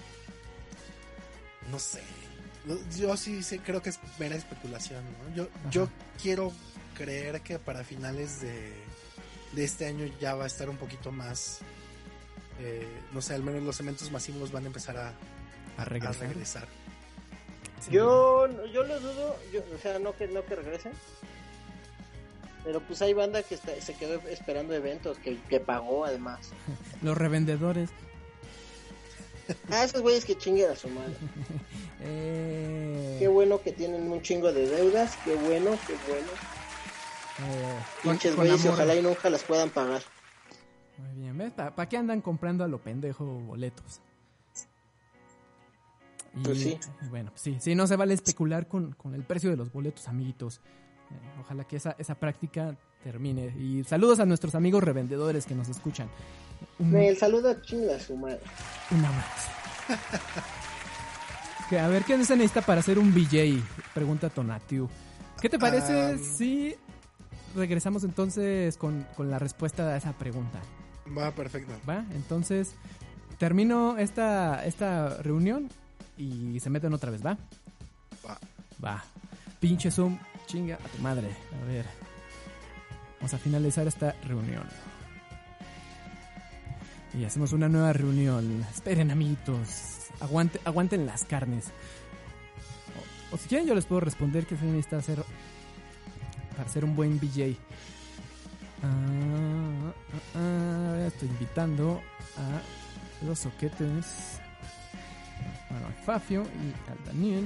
S7: No sé. Yo sí, sí creo que es mera especulación, ¿no? Yo, yo quiero creer que para finales de, de este año ya va a estar un poquito más, eh, no sé, al menos los eventos masivos van a empezar a,
S5: a regresar.
S7: A regresar.
S6: Sí. Yo, yo lo dudo, yo, o sea, no que no que regresen, pero pues hay banda que está, se quedó esperando eventos, que, que pagó además.
S5: Los revendedores.
S6: Ah, esos güeyes que chinguen a su madre.
S5: eh...
S6: Qué bueno que tienen un chingo de deudas, qué bueno, qué bueno.
S5: Eh,
S6: Pinches güeyes y ojalá y nunca las puedan pagar.
S5: Muy bien, ¿ves? ¿Para pa qué andan comprando a lo pendejo boletos? Y,
S6: pues sí.
S5: Bueno, sí, sí, no se vale especular con, con el precio de los boletos, amiguitos. Eh, ojalá que esa, esa práctica termine. Y saludos a nuestros amigos revendedores que nos escuchan.
S6: Un, el saludo a chinga a su madre.
S5: Un abrazo. que, a ver, ¿qué se necesita para hacer un V J? Pregunta Tonatiu. ¿Qué te parece um, si regresamos entonces con, con la respuesta a esa pregunta?
S7: Va, perfecto.
S5: Va, entonces termino esta, esta reunión y se meten otra vez, ¿va?
S7: Va.
S5: Va. Pinche Zoom, chinga a tu madre. A ver. Vamos a finalizar esta reunión. Y hacemos una nueva reunión. Esperen, amiguitos. Aguante, aguanten las carnes. O, o si quieren yo les puedo responder qué se necesita hacer para ser un buen V J. Ah, ah, ah, estoy invitando a los soquetes. Bueno, al Fafio y al Daniel.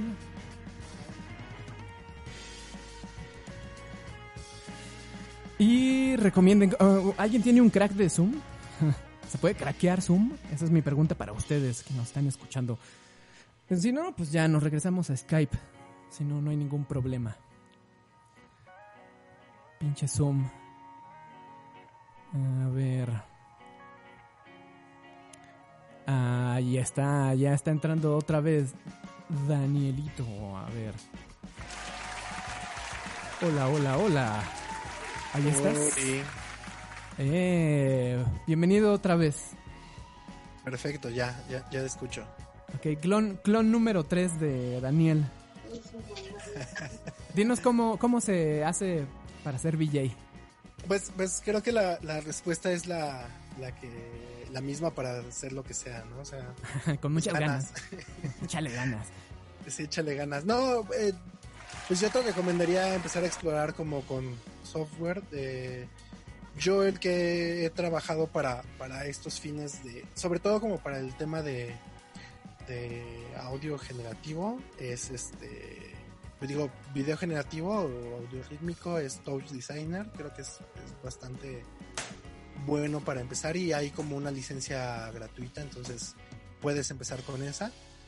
S5: Y recomienden... Uh, ¿Alguien tiene un crack de Zoom? ¿Se puede craquear Zoom? Esa es mi pregunta para ustedes que nos están escuchando. Si no, pues ya nos regresamos a Skype. Si no, no hay ningún problema. Pinche Zoom. A ver. Ahí está, ya está entrando otra vez Danielito. A ver. Hola, hola, hola. Ahí estás.
S7: Sí.
S5: Eh, bienvenido otra vez.
S7: Perfecto, ya, ya, ya te escucho.
S5: Ok, clon, clon número tres de Daniel. Dinos cómo, cómo se hace para ser V J.
S7: Pues, pues creo que la, la respuesta es la, la que la misma para hacer lo que sea, ¿no? O sea,
S5: con muchas
S7: ganas.
S5: ganas. Échale ganas.
S7: Sí, échale ganas. No, eh, pues yo te recomendaría empezar a explorar como con software. De, yo el que he trabajado para, para estos fines de, sobre todo como para el tema de, de audio generativo, es este, pues digo, video generativo o audio rítmico, es Touch Designer. Creo que es, es bastante bueno para empezar y hay como una licencia gratuita, entonces puedes empezar con esa.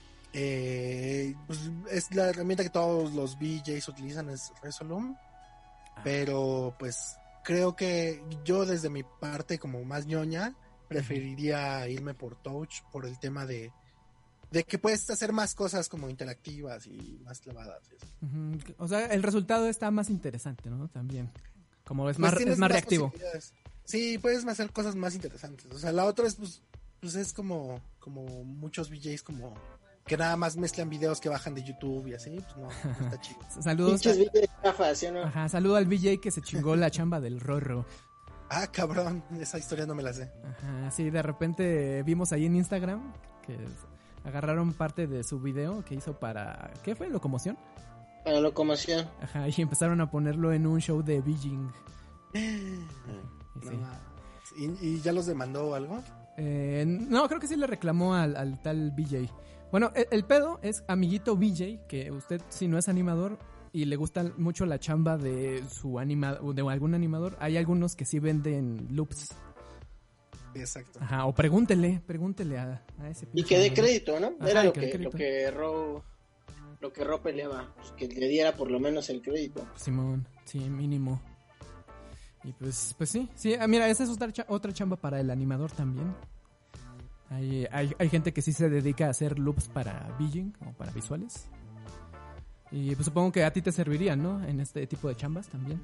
S7: Eh, pues es la herramienta que todos los V Js utilizan, es Resolume, ah. Pero pues creo que yo desde mi parte como más ñoña preferiría irme por Touch por el tema de de que puedes hacer más cosas como interactivas y más clavadas.
S5: Uh-huh. O sea, el resultado está más interesante, ¿no? También, como es
S7: pues
S5: más, es más reactivo.
S7: Sí, puedes hacer cosas más interesantes. O sea, la otra es pues, pues es como como muchos V Js como que nada más mezclan videos que bajan de YouTube y así, pues no, no está chido.
S5: Saludos.
S6: A... V J, ¿sí, no?
S5: Ajá, saludo al V J que se chingó la chamba del Rorro.
S7: Ah, cabrón, esa historia no me la sé.
S5: Ajá, sí, de repente vimos ahí en Instagram que agarraron parte de su video que hizo para, ¿qué fue? ¿Locomoción?
S6: Para Locomoción.
S5: Ajá, y empezaron a ponerlo en un show de Beijing.
S7: No, sí. ¿Y, ¿Y ya los demandó o algo?
S5: Eh, no, creo que sí le reclamó al, al tal V J. Bueno, el, el pedo es amiguito V J, que usted si no es animador y le gusta mucho la chamba de su anima, de algún animador, hay algunos que sí venden loops.
S7: Exacto.
S5: Ajá, o pregúntele, pregúntele a, a ese
S6: y que dé crédito, ¿no?
S5: Ajá,
S6: Era lo
S5: que
S6: que, lo que Ro lo que Ro peleaba, pues que le diera por lo menos el crédito.
S5: Simón, sí, mínimo. Y pues, pues sí, sí, mira, esa es otra, otra chamba para el animador también. Hay, hay, hay gente que sí se dedica a hacer loops para Beijing o para visuales. Y pues supongo que a ti te servirían, ¿no? En este tipo de chambas también.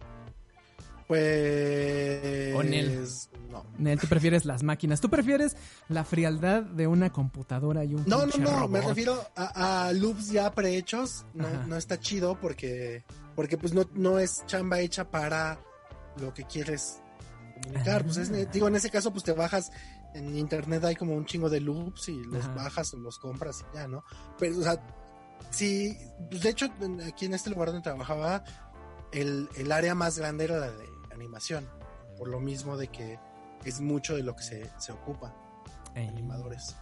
S7: Pues...
S5: ¿O Nel?
S7: No.
S5: Nel, tú prefieres las máquinas. ¿Tú prefieres la frialdad de una computadora y un
S7: No, no, no,
S5: robot?
S7: me refiero a, a loops ya prehechos. No, no está chido porque porque pues no, no es chamba hecha para lo que quieres comunicar. Ajá. Pues es, digo, en ese caso pues te bajas... En internet hay como un chingo de loops y los Ajá. bajas o los compras y ya, ¿no? Pero, o sea, sí, pues de hecho, aquí en este lugar donde trabajaba, el, el área más grande era la de animación. Por lo mismo de que es mucho de lo que se, se ocupa. Ey. Animadores.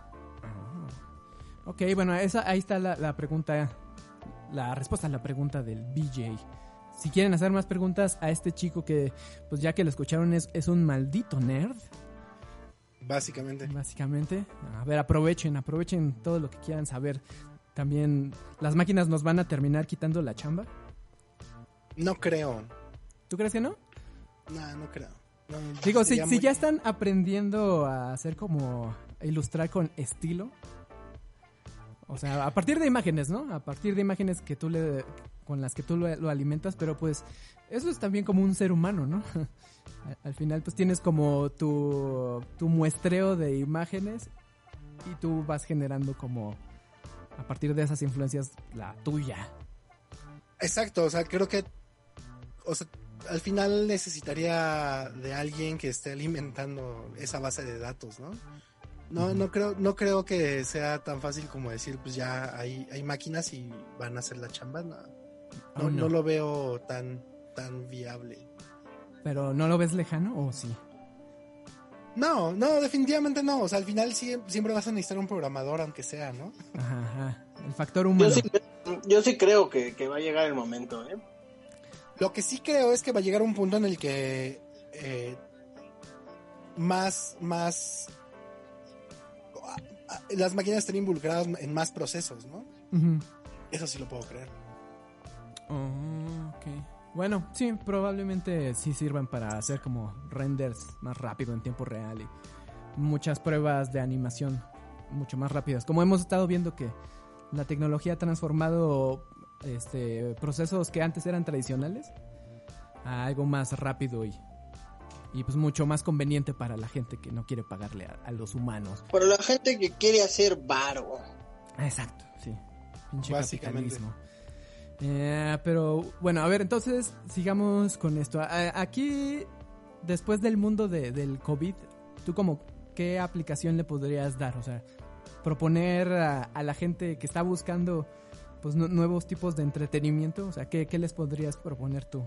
S5: Oh. Ok, bueno, esa, ahí está la, la pregunta, la respuesta a la pregunta del V J. Si quieren hacer más preguntas a este chico que, pues ya que lo escucharon, es, es un maldito nerd.
S7: Básicamente.
S5: Básicamente. A ver, aprovechen, aprovechen todo lo que quieran saber. También, ¿las máquinas nos van a terminar quitando la chamba?
S7: No creo.
S5: ¿Tú crees que no?
S7: No, no creo. No,
S5: Digo, si,
S7: ya,
S5: si
S7: muy...
S5: ya están aprendiendo a hacer como, a ilustrar con estilo. O sea, a partir de imágenes, ¿no? A partir de imágenes que tú le, con las que tú lo, lo alimentas, pero pues eso es también como un ser humano, ¿no? Al final pues tienes como tu, tu muestreo de imágenes y tú vas generando como a partir de esas influencias la tuya.
S7: Exacto, o sea, creo que o sea, al final necesitaría de alguien que esté alimentando esa base de datos, ¿no? No, uh-huh. no creo, no creo que sea tan fácil como decir, pues ya hay, hay máquinas y van a hacer la chamba, no, no, oh, no. no lo veo tan, tan viable.
S5: ¿Pero no lo ves lejano o sí?
S7: No, no, definitivamente no. O sea, al final sí, siempre vas a necesitar un programador, aunque sea, ¿no?
S5: Ajá, ajá. El factor humano.
S6: Yo sí, yo sí creo que, que va a llegar el momento, ¿eh?
S7: Lo que sí creo es que va a llegar un punto en el que eh, más, más... las máquinas estén involucradas en más procesos, ¿no? Uh-huh. Eso sí lo puedo creer.
S5: Oh, ok. Bueno, sí, probablemente sí sirvan para hacer como renders más rápido en tiempo real y muchas pruebas de animación mucho más rápidas. Como hemos estado viendo que la tecnología ha transformado este, procesos que antes eran tradicionales a algo más rápido y, y pues mucho más conveniente para la gente que no quiere pagarle a, a los humanos.
S6: Para la gente que quiere hacer varo.
S5: Exacto, sí. Pinche
S7: Básicamente.
S5: capitalismo. Eh, pero bueno, a ver, entonces sigamos con esto. A- aquí, después del mundo de, del COVID, ¿tú como qué aplicación le podrías dar? O sea, proponer a, a la gente que está buscando pues nu- nuevos tipos de entretenimiento. O sea, ¿qué, qué les podrías proponer tú?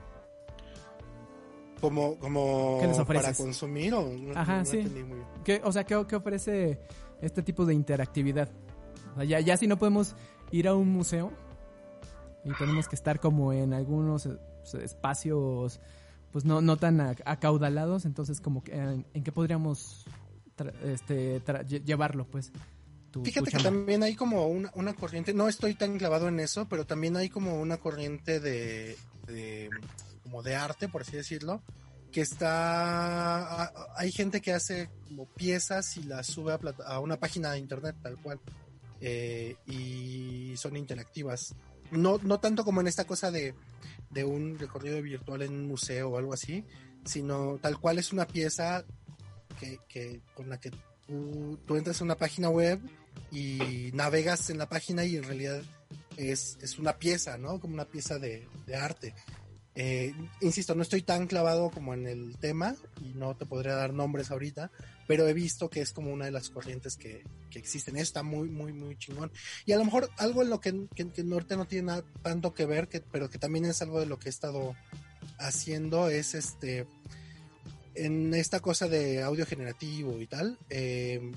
S7: Como, como
S5: ¿Qué les
S7: para
S5: ofreces?
S7: consumir o no,
S5: Ajá,
S7: no
S5: sí.
S7: entendí muy bien.
S5: ¿Qué, o sea, ¿qué, qué ofrece este tipo de interactividad? O sea, ya, ya si no podemos ir a un museo y tenemos que estar como en algunos eh, espacios pues no, no tan ac- acaudalados, entonces como que en, en qué podríamos tra- este tra- lle- llevarlo pues. Tu,
S7: Fíjate
S5: tu
S7: que
S5: chamba.
S7: también hay como una, una corriente, no estoy tan clavado en eso, pero también hay como una corriente de, de como de arte, por así decirlo, que está, a- hay gente que hace como piezas y las sube a, plata- a una página de internet tal cual, eh, y son interactivas. No, no tanto como en esta cosa de, de un recorrido virtual en un museo o algo así, sino tal cual es una pieza que, que con la que tú, tú entras a una página web y navegas en la página y en realidad es, es una pieza, ¿no? Como una pieza de, de arte. Eh, insisto, no estoy tan clavado como en el tema y no te podría dar nombres ahorita, pero he visto que es como una de las corrientes que, que existen. Está muy, muy, muy chingón. Y a lo mejor algo en lo que, que, que Norte no tiene nada, tanto que ver, que, pero que también es algo de lo que he estado haciendo, es este... en esta cosa de audio generativo y tal, eh,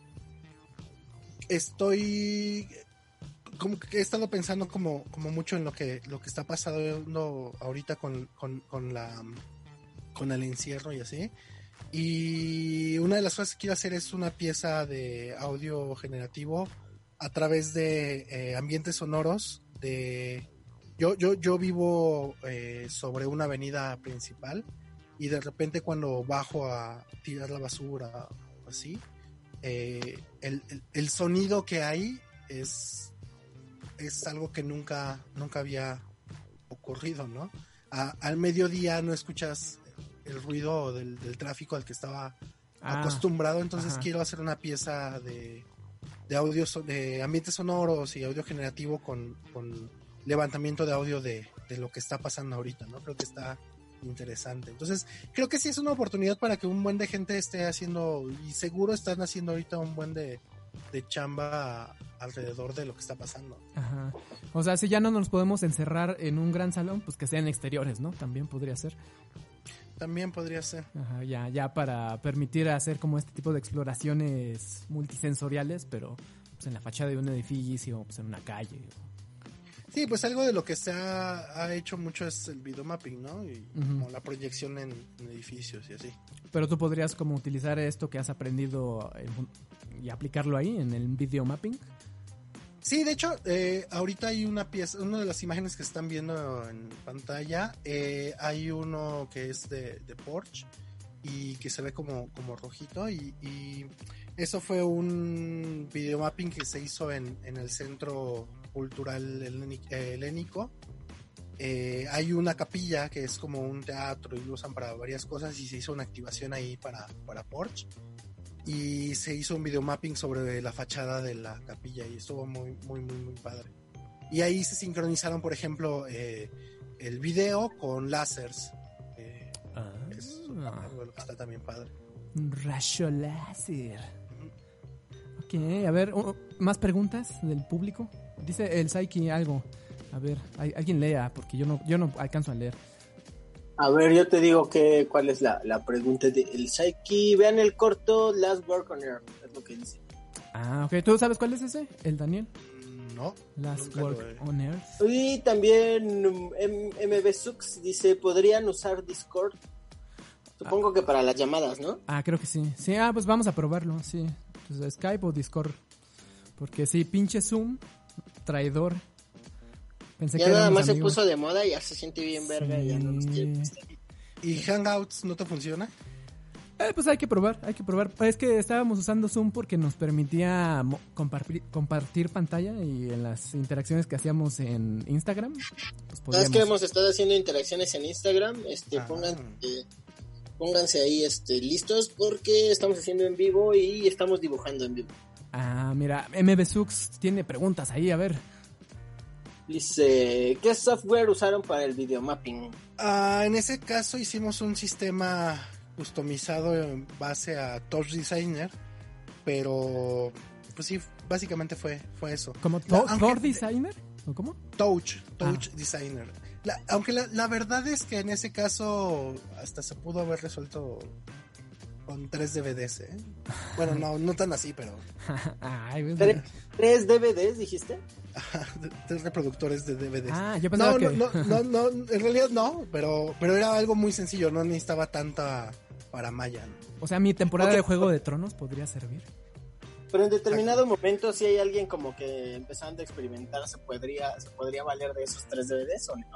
S7: estoy como que he estado pensando como, como mucho en lo que lo que está pasando ahorita con, con, con la con el encierro y así, y una de las cosas que quiero hacer es una pieza de audio generativo a través de eh, ambientes sonoros de yo yo yo vivo eh, sobre una avenida principal y de repente cuando bajo a tirar la basura o así, eh, el, el, el sonido que hay es es algo que nunca nunca había ocurrido, ¿no? A, al mediodía no escuchas el ruido del, del tráfico al que estaba
S5: Ah,
S7: acostumbrado, entonces
S5: ajá.
S7: quiero hacer una pieza de, de audio, so- de ambientes sonoros y audio generativo con, con levantamiento de audio de, de lo que está pasando ahorita, ¿no? Creo que está interesante. Entonces, creo que sí es una oportunidad para que un buen de gente esté haciendo, y seguro están haciendo ahorita un buen de, de chamba alrededor de lo que está pasando.
S5: Ajá. O sea, si ya no nos podemos encerrar en un gran salón, pues que sean exteriores, ¿no? También podría ser.
S7: También podría ser.
S5: Ajá, ya, ya para permitir hacer como este tipo de exploraciones multisensoriales, pero pues en la fachada de un edificio, pues en una calle.
S7: Sí, pues algo de lo que se ha, ha hecho mucho es el videomapping, ¿no? Y
S5: Ujú.
S7: como la proyección en, en edificios y así.
S5: Pero tú podrías como utilizar esto que has aprendido en- y aplicarlo ahí en el video mapping.
S7: Sí, de hecho, eh, ahorita hay una pieza, una de las imágenes que están viendo en pantalla, eh, hay uno que es de, de Porsche y que se ve como, como rojito y, y eso fue un videomapping que se hizo en, en el Centro Cultural Heléni- eh, Helénico. Eh, hay una capilla que es como un teatro y lo usan para varias cosas y se hizo una activación ahí para, para Porsche. Y se hizo un videomapping sobre la fachada de la capilla y estuvo muy, muy, muy, muy padre. Y ahí se sincronizaron, por ejemplo, eh, el video con láseres. Eh, es algo de lo que está también padre.
S5: Un rayo láser. Ok, a ver, uh, ¿más preguntas del público? Dice el Saiki algo. A ver, hay- alguien lea, porque yo no, yo no alcanzo a leer.
S6: A ver, yo te digo que cuál es la, la pregunta del Psyche. Vean el corto Last Work on Earth, es lo que dice.
S5: Ah, ok. ¿Tú sabes cuál es ese? ¿El Daniel?
S7: Mm, No.
S5: Last
S7: nunca lo
S5: Work
S7: he-
S5: on Earth.
S6: Y también um, M- MBSux dice, ¿podrían usar Discord? Supongo que para las llamadas, ¿no?
S5: Ah, creo que sí. Sí, ah, pues vamos a probarlo, sí. Pues Skype o Discord. Porque sí, pinche Zoom, traidor. Pensé
S6: Ya
S5: que
S6: nada
S5: éramos
S6: más se
S5: amigos.
S6: puso de moda y ya se siente bien verga y ya no nos quiere prestar.
S7: ¿Y Hangouts no te funciona?
S5: Eh, pues hay que probar, hay que probar. Es que estábamos usando Zoom porque nos permitía mo- compartir, compartir pantalla y en las interacciones que hacíamos en Instagram, pues
S6: ¿Sabes
S5: podíamos...
S6: que hemos estado haciendo interacciones en Instagram? Este,
S7: Ah.
S6: pongan, eh, pónganse ahí este, listos porque estamos haciendo en vivo y estamos dibujando en vivo.
S5: Ah, mira, M B Sux tiene preguntas ahí, a ver.
S6: Dice, ¿qué software usaron para el videomapping?
S7: Ah, en ese caso hicimos un sistema customizado en base a Touch Designer, pero pues sí, básicamente fue, fue eso.
S5: ¿Como
S7: La-
S5: to-
S7: aunque-
S5: Thor Designer? ¿O cómo?
S7: Touch, Touch
S5: Ah.
S7: Designer. La- aunque la, la verdad es que en ese caso hasta se pudo haber resuelto con tres D V Ds, ¿eh? Bueno, no, no tan así, pero
S5: Ay, ves,
S6: ¿Tres, tres D V Ds, dijiste?
S7: tres reproductores de D V Ds.
S5: Ah, yo pensaba
S7: no,
S5: que...
S7: no, no, no, no, en realidad no, pero, pero era algo muy sencillo, no necesitaba tanta para Maya, ¿no?
S5: O sea, mi temporada
S6: Ok.
S5: de Juego de Tronos podría servir.
S6: Pero en determinado momento, si hay alguien como que empezando a experimentar, ¿se podría, se podría valer de esos tres D V Ds o no?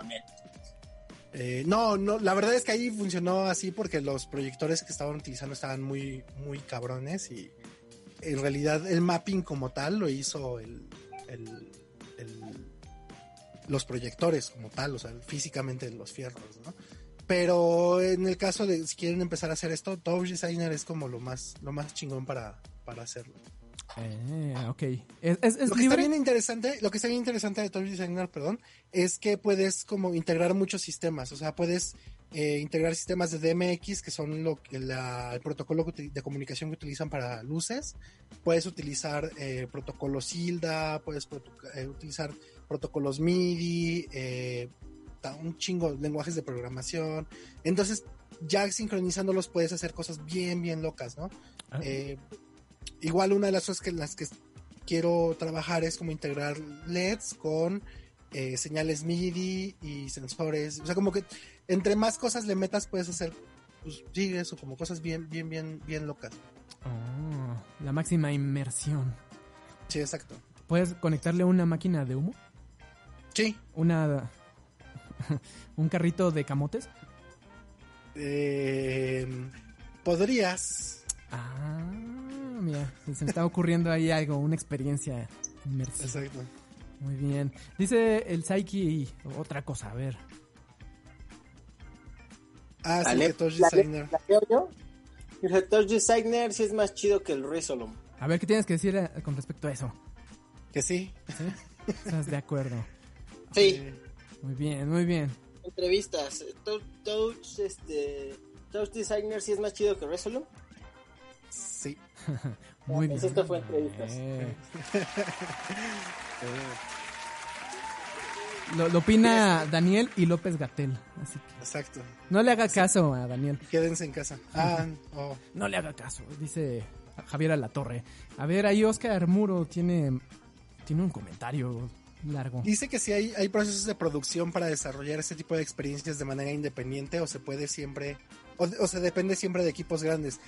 S7: Eh, no, no, la verdad es que ahí funcionó así porque los proyectores que estaban utilizando estaban muy, muy cabrones y en realidad el mapping como tal lo hizo el, el, el- los proyectores como tal, o sea, físicamente los fierros, ¿no? Pero en el caso de si quieren empezar a hacer esto, Touch Designer es como lo más, lo más chingón para, para hacerlo.
S5: Eh, ok. ¿Es, es, es
S7: Lo que está
S5: libre?
S7: bien interesante, lo que está bien interesante de Touch Designer, perdón, es que puedes como integrar muchos sistemas, o sea, puedes eh, integrar sistemas de D M X, que son lo que la, el protocolo que uti- de comunicación que utilizan para luces, puedes utilizar eh, protocolos S I L D A, puedes proto- eh, utilizar protocolos M I D I, eh, ta- un chingo de lenguajes de programación, entonces ya sincronizándolos puedes hacer cosas bien, bien locas, ¿no?
S5: Ah.
S7: Eh, igual una de las cosas que en las que quiero trabajar es como integrar L E Ds con eh, señales M I D I y sensores, o sea, como que entre más cosas le metas puedes hacer, pues sí, eso, como cosas bien, bien, bien, bien locas.
S5: Oh, la máxima inmersión.
S7: Sí, exacto.
S5: ¿Puedes conectarle una máquina de humo?
S7: Sí.
S5: Una... ¿Un carrito de camotes?
S7: Eh, podrías.
S5: Ah, mira, se me está ocurriendo ahí algo, una experiencia inmersiva.
S7: Exacto.
S5: Muy bien. Dice el Psyche otra cosa, a ver.
S7: Ah, sí,
S6: ¿La,
S7: que Touch
S6: la-
S7: Designer.
S6: la leo yo? El Touch Designer sí es más chido que el Resolum.
S5: A ver, ¿qué tienes que decir eh, con respecto a eso?
S7: Que sí.
S5: ¿Sí? ¿Estás de acuerdo?
S6: Sí,
S7: Eh,
S5: Muy bien, muy bien.
S6: entrevistas. Touch, touch, este, Touch Designer sí es más chido que Resolum.
S7: sí.
S5: Muy
S6: Pues
S5: bien.
S6: esto fue entrevistas.
S5: Eh, lo, lo opina Daniel y López Gatell. Así que
S7: Exacto.
S5: no le haga caso a Daniel.
S7: Quédense en casa. Ah, oh.
S5: No le haga caso, dice Javier Alatorre. A ver, ahí Oscar Muro tiene, tiene un comentario largo.
S7: Dice que si hay, hay procesos de producción para desarrollar este tipo de experiencias de manera independiente o se puede siempre, o, o se depende siempre de equipos grandes.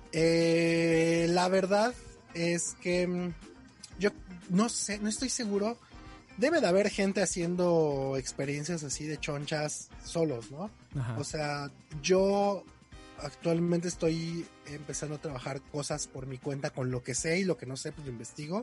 S7: Eh, la verdad es que mm, yo no sé, no estoy seguro. Debe de haber gente haciendo experiencias así de chonchas solos, ¿no?
S5: Ajá.
S7: O sea, yo actualmente estoy empezando a trabajar cosas por mi cuenta con lo que sé y lo que no sé, pues lo investigo.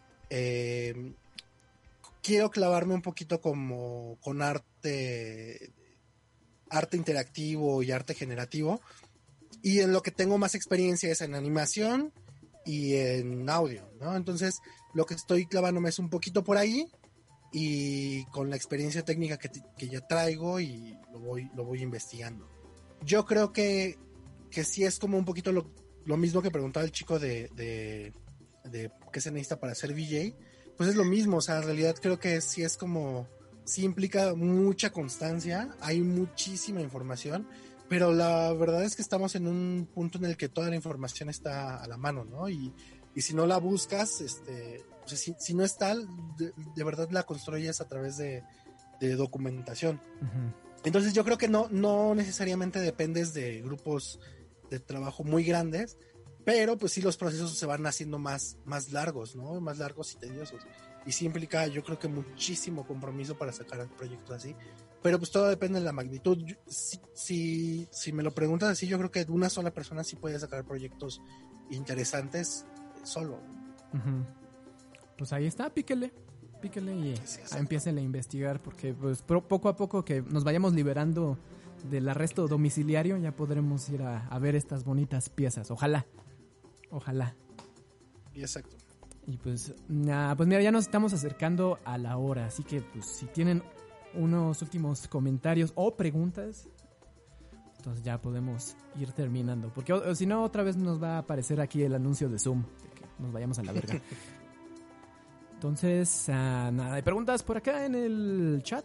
S7: Eh, quiero clavarme un poquito como con arte, arte interactivo y arte generativo. Y en lo que tengo más experiencia es en animación y en audio, ¿no? Entonces, lo que estoy clavándome es un poquito por ahí y con la experiencia técnica que, que ya traigo y lo voy, lo voy investigando. Yo creo que, que sí es como un poquito lo, lo mismo que preguntaba el chico de, de, de qué se necesita para ser V J. Pues es lo mismo, o sea, en realidad creo que sí es como, sí implica mucha constancia, hay muchísima información, pero la verdad es que estamos en un punto en el que toda la información está a la mano, ¿no? Y, y si no la buscas, este, o sea, si, si no está, de, de verdad la construyes a través de, de documentación.
S5: Ujú.
S7: Entonces yo creo que no, no necesariamente dependes de grupos de trabajo muy grandes, pero pues sí los procesos se van haciendo más, más largos, ¿no? Más largos y tediosos. Y sí implica, yo creo que muchísimo compromiso para sacar proyectos así. Pero pues todo depende de la magnitud. Yo, si, si, si me lo preguntas así, yo creo que una sola persona sí puede sacar proyectos interesantes solo.
S5: Ujú. Pues ahí está, píquele. Píquele y
S7: Sí, exacto.
S5: empiecen a investigar porque pues pro- poco a poco que nos vayamos liberando del arresto domiciliario ya podremos ir a, a ver estas bonitas piezas. Ojalá. Ojalá.
S7: Y exacto.
S5: Y pues, nah, pues mira, ya nos estamos acercando a la hora, así que pues si tienen unos últimos comentarios o preguntas, entonces ya podemos ir terminando. Porque o, o, si no, otra vez nos va a aparecer aquí el anuncio de Zoom, de que nos vayamos a la verga. Entonces, uh, nada, ¿hay preguntas por acá en el chat?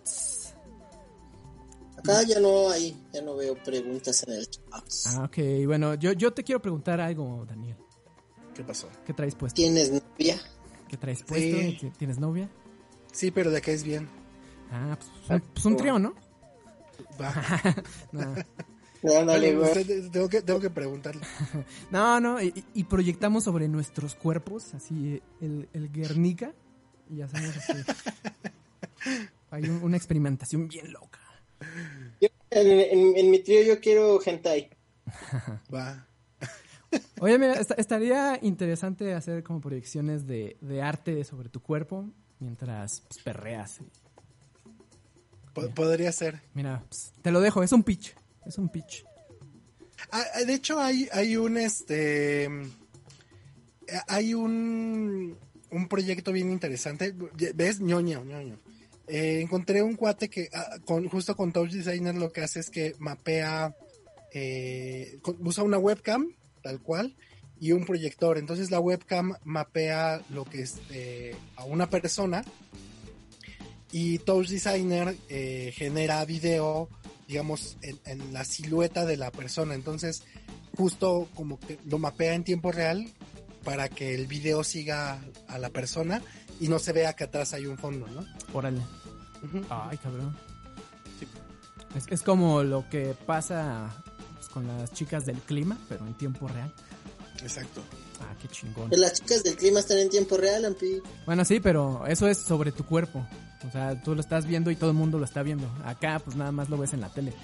S6: Acá ya no hay, ya no veo preguntas en el chat.
S5: Ah, ok, bueno, yo, yo te quiero preguntar algo, Daniel.
S7: ¿Qué pasó?
S5: ¿Qué traes puesto?
S6: ¿Tienes novia?
S5: ¿Qué traes puesto?
S7: Sí.
S5: ¿Tienes novia?
S7: Sí, pero de qué es bien.
S5: Ah, pues un, pues un trío, ¿no?
S7: Va.
S5: No.
S6: No, no,
S7: Pero
S6: güey.
S7: usted- tengo, que, tengo que preguntarle.
S5: No, no, y, y proyectamos sobre nuestros cuerpos, así, el, el Guernica, y hacemos así. Hay un- una experimentación bien loca.
S6: Yo, en, en- en mi trío yo quiero hentai.
S7: Va.
S5: Oye, mira, est- estaría interesante hacer como proyecciones de, de arte sobre tu cuerpo mientras pues, perreas.
S7: Po- podría ser.
S5: Mira, pues, te lo dejo, es un pitch, es un pitch.
S7: Ah, de hecho, hay, hay un este. Hay un. Un proyecto bien interesante. ¿Ves? ñoño, ñoño. Eh, encontré un cuate que, ah, con, justo con Touch Designer, lo que hace es que mapea. Eh, con- usa una webcam, tal cual, y un proyector. Entonces, la webcam mapea lo que es eh, a una persona. Y Touch Designer eh, genera video, digamos, en, en la silueta de la persona. Entonces, justo como que lo mapea en tiempo real para que el video siga a la persona y no se vea que atrás hay un fondo, ¿no?
S5: Órale.
S7: Ujú.
S5: Ay, cabrón.
S7: Sí.
S5: Es, es como lo que pasa pues, con las chicas del clima, pero en tiempo real.
S7: Exacto.
S5: Ah, qué chingón.
S6: Las chicas del clima están en tiempo real, Ampi.
S5: Bueno, sí, pero eso es sobre tu cuerpo. O sea, tú lo estás viendo y todo el mundo lo está viendo. Acá, pues nada más lo ves en la tele.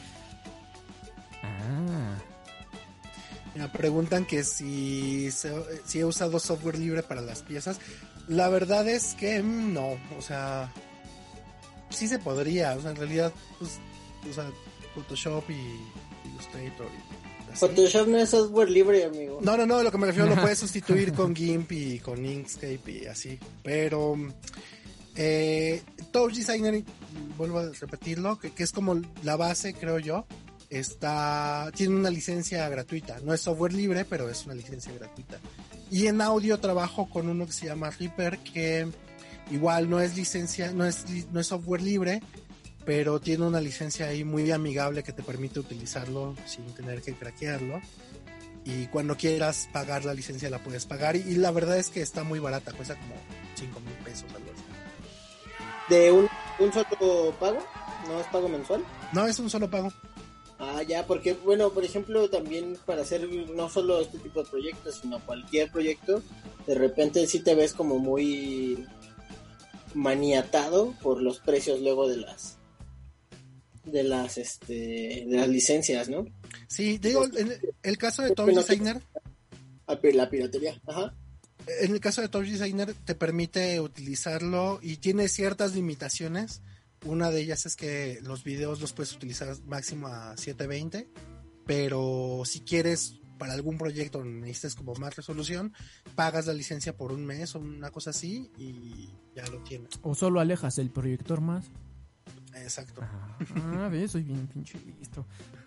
S5: Ah.
S7: Me preguntan que si, se- si he usado software libre para las piezas. La verdad es que mm, no, o sea, sí se podría, o sea, en realidad, pues, o sea, Photoshop y Illustrator y así.
S6: Photoshop no es software libre, amigo.
S7: No, no, no, lo que me refiero lo puedes sustituir con GIMP y con Inkscape y así, pero eh, Touch Designer, vuelvo a repetirlo, que, que es como la base, creo yo, está tiene una licencia gratuita, no es software libre, pero es una licencia gratuita. Y en audio trabajo con uno que se llama Reaper, que igual no es licencia, no es li- no es software libre, pero tiene una licencia ahí muy amigable que te permite utilizarlo sin tener que craquearlo. Y cuando quieras pagar la licencia la puedes pagar. Y, y la verdad es que está muy barata, cuesta como cinco mil pesos algo así.
S6: ¿De un, un solo pago? ¿No es pago mensual?
S7: No, es un solo pago.
S6: Ah, ya, porque, bueno, por ejemplo, también para hacer no solo este tipo de proyectos, sino cualquier proyecto, de repente sí te ves como muy maniatado por los precios luego de las de las este de las licencias, ¿no?
S7: Sí, digo, en el, el caso de Touch
S6: Bueno, sí.
S7: Designer,
S6: Ah, pero la piratería, ajá.
S7: en el caso de Touch Designer te permite utilizarlo y tiene ciertas limitaciones. Una de ellas es que los videos los puedes utilizar máximo a setecientos veinte, pero si quieres para algún proyecto donde necesites como más resolución, pagas la licencia por un mes o una cosa así y ya lo tienes.
S5: O solo alejas el proyector más.
S7: Exacto.
S5: Ah, ves, soy bien pinche listo.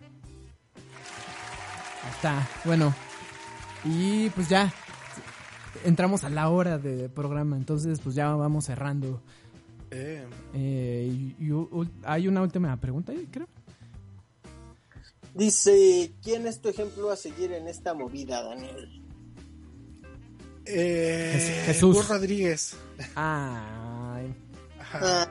S5: Ahí está, bueno. Y pues ya entramos a la hora de programa, entonces pues ya vamos cerrando.
S7: Eh,
S5: Eh, y, y u- hay una última pregunta ahí, creo.
S6: Dice, ¿quién es tu ejemplo a seguir en esta movida, Daniel?
S7: eh,
S5: Jesús.
S7: Gus Rodríguez.
S5: Ay.
S7: Ajá.
S6: Ah,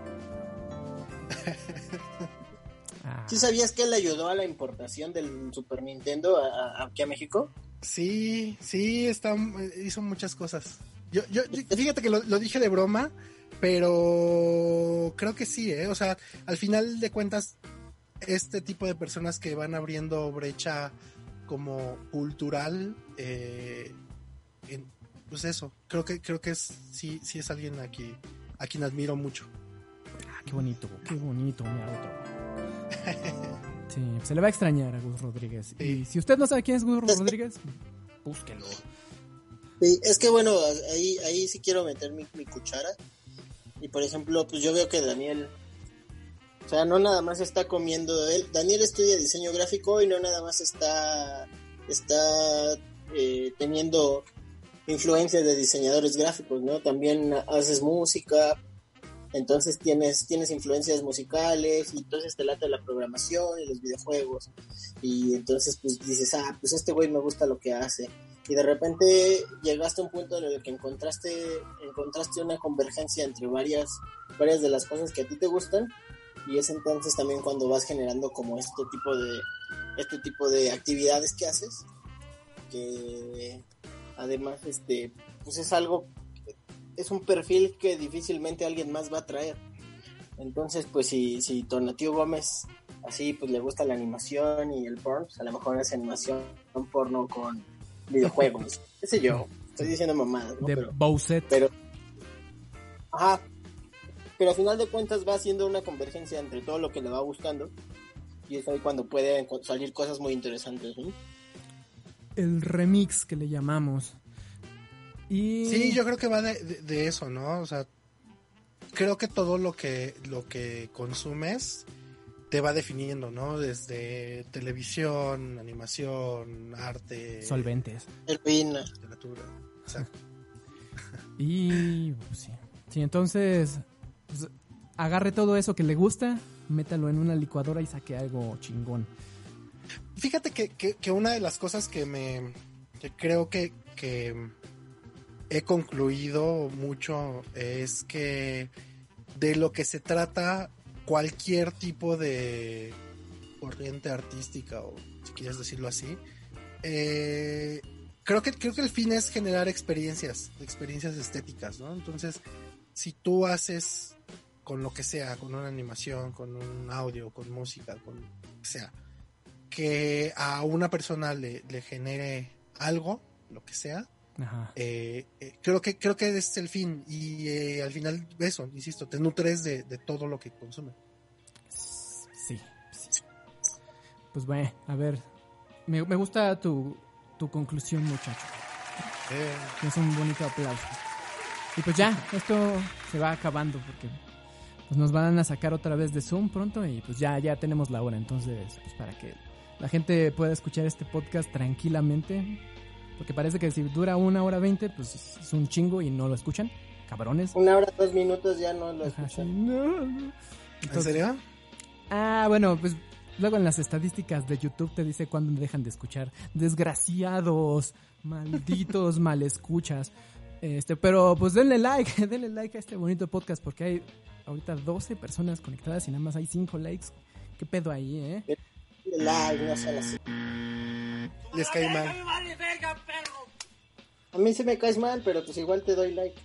S5: Ah.
S6: ¿sí sabías que él ayudó a la importación del Super Nintendo a- a- aquí a México?
S7: Sí, sí, está, hizo muchas cosas. Yo, yo, yo- fíjate que lo, lo dije de broma, pero creo que sí, ¿eh? O sea, al final de cuentas, este tipo de personas que van abriendo brecha como cultural, eh, en- pues eso, creo que creo que es sí, sí es alguien a quien, a quien admiro mucho.
S5: Ah, qué bonito, qué bonito, mira otro. Sí, se le va a extrañar a Gus Rodríguez. Y
S7: Sí.
S5: si usted no sabe quién es Gus Rodríguez, búsquelo.
S6: Sí, es que bueno, ahí, ahí sí quiero meter mi, mi cuchara. Y por ejemplo, pues yo veo que Daniel, o sea, no nada más está comiendo él. Daniel estudia diseño gráfico y no nada más está, está eh, teniendo influencias de diseñadores gráficos, ¿no? También haces música, entonces tienes, tienes influencias musicales y entonces te late la programación y los videojuegos. Y entonces pues dices, ah, pues este güey me gusta lo que hace. Y de repente llegaste a un punto en el que encontraste encontraste una convergencia entre varias varias de las cosas que a ti te gustan, y es entonces también cuando vas generando como este tipo de este tipo de actividades que haces, que además este pues es algo, es un perfil que difícilmente alguien más va a traer. Entonces pues si si Tonatiuh Gómez así pues le gusta la animación y el porn, pues a lo mejor es animación porno con videojuegos, qué sé yo, estoy diciendo mamadas, ¿no?
S5: De
S6: pero,
S5: Bowsette.
S6: pero, ajá, pero al final de cuentas va haciendo una convergencia entre todo lo que le va gustando, y es ahí cuando pueden salir cosas muy interesantes, ¿no?
S5: El remix que le llamamos. Y...
S7: Sí, yo creo que va de, de, de eso, ¿no? O sea, creo que todo lo que, lo que consumes te va definiendo, ¿no? Desde televisión, animación, arte,
S5: solventes,
S6: heroína,
S7: literatura. Exacto.
S5: Y pues, sí. Sí, entonces pues, agarre todo eso que le gusta, métalo en una licuadora y saque algo chingón.
S7: Fíjate que, que, que una de las cosas que me que creo que, que he concluido mucho es que de lo que se trata cualquier tipo de corriente artística, o si quieres decirlo así, eh, creo que creo que el fin es generar experiencias, experiencias estéticas, ¿no? Entonces, si tú haces con lo que sea, con una animación, con un audio, con música, con lo que sea, que a una persona le, le genere algo, lo que sea,
S5: Ajá.
S7: Eh, eh, creo que creo que es el fin, y eh, al final eso, insisto, te nutres de, de todo lo que consume.
S5: Sí, sí. Pues bueno, a ver, me, me gusta tu, tu conclusión, muchacho.
S7: Eh,
S5: Es un bonito aplauso. Y pues ya, esto se va acabando porque pues nos van a sacar otra vez de Zoom pronto y pues ya, ya tenemos la hora. Entonces, pues para que la gente pueda escuchar este podcast tranquilamente, porque parece que si dura una hora veinte, pues es un chingo y no lo escuchan, cabrones.
S6: una hora, dos minutos ya no lo
S5: Ajá, sí,
S6: escuchan.
S5: no, no.
S7: ¿En serio?
S5: Ah, bueno, pues luego en las estadísticas de YouTube te dice cuándo dejan de escuchar. Desgraciados, malditos malescuchas. Este, pero pues denle like, denle like a este bonito podcast porque hay ahorita doce personas conectadas y nada más hay cinco likes. ¿Qué pedo ahí, eh?
S6: Like, no sean así.
S7: Les cae mal.
S6: A mí se me caes mal, pero pues igual te doy like.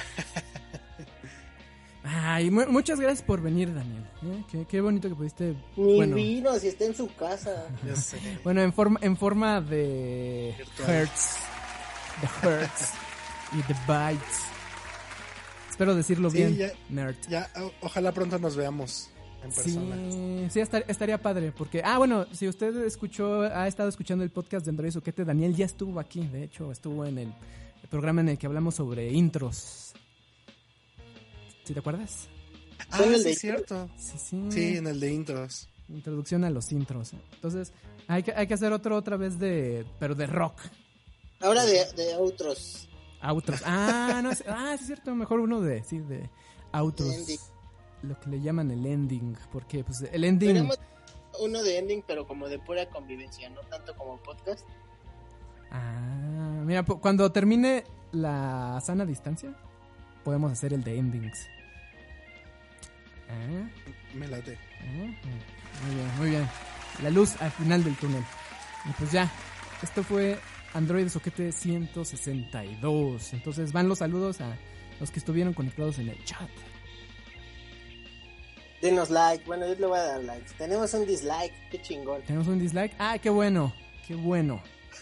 S5: Ay, mu- muchas gracias por venir, Daniel. ¿eh? Qué, qué bonito que pudiste.
S6: Ni
S5: Bueno,
S6: vino, si está en su casa.
S7: Ya sé.
S5: bueno, en forma, en forma de
S7: Virtual.
S5: hertz, de hertz y de bytes. Espero decirlo
S7: Sí,
S5: bien,
S7: ya-
S5: nerd.
S7: Ya, o- ojalá pronto nos veamos en persona.
S5: Sí, sí, estar- estaría padre, porque, ah, bueno, si usted escuchó, ha estado escuchando el podcast de Android Soquete, Daniel ya estuvo aquí, de hecho, estuvo en el, el programa en el que hablamos sobre intros. ¿Sí te acuerdas?
S7: Ah,
S6: ¿Fue en el
S7: sí,
S6: de
S7: es cierto.
S5: Sí, sí.
S7: Sí, en el de intros.
S5: Introducción a los intros. Entonces, hay que, hay que hacer otro otra vez de, pero de rock.
S6: Ahora de, de otros.
S5: Outros. Ah, no, es, ah, sí es cierto, mejor uno de, sí, de outros.
S6: Ending.
S5: Lo que le llaman el ending, porque pues el ending...
S6: Veremos uno de ending, pero como de pura convivencia, no tanto como podcast.
S5: Ah, mira, pu- cuando termine la sana distancia, podemos hacer el de endings. Ah,
S7: Me late.
S5: ah, muy bien, muy bien. La luz al final del túnel. Y pues ya, esto fue Android Soquete ciento sesenta y dos. Entonces van los saludos a los que estuvieron conectados en el chat.
S6: Denos like, bueno, yo le voy a dar like. Tenemos un dislike, qué chingón.
S5: ¿Tenemos un dislike? Ah, qué bueno, qué bueno.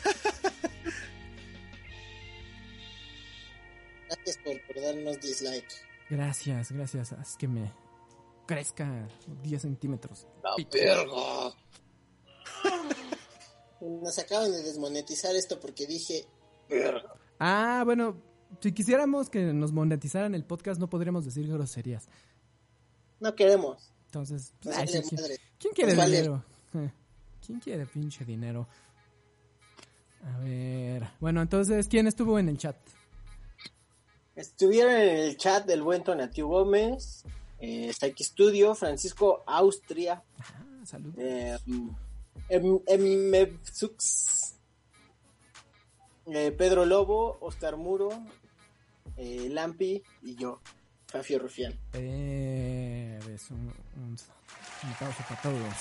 S6: Gracias por, por darnos dislike.
S5: Gracias, gracias. Haz que me crezca diez centímetros.
S6: La verga. Nos acaban de desmonetizar esto porque dije verga.
S5: Ah, bueno, si quisiéramos que nos monetizaran el podcast, no podríamos decir groserías.
S6: No queremos.
S5: Entonces,
S6: Nos
S5: ay,
S6: vale
S5: sí, ¿quién,
S6: madre.
S5: ¿quién quiere
S6: Nos vale.
S5: dinero? Eh, ¿Quién quiere pinche dinero? A ver, bueno, entonces, ¿quién estuvo en el chat?
S6: Estuvieron en el chat del buen Tonatiu Gómez, eh, Psyche Studio, Francisco Austria,
S5: Ah, salud.
S6: eh, em, Emevsux, eh, Pedro Lobo, Oscar Muro, eh, Lampi y yo, Fafio Rufián.
S5: Eh, es un, un, un aplauso para todos.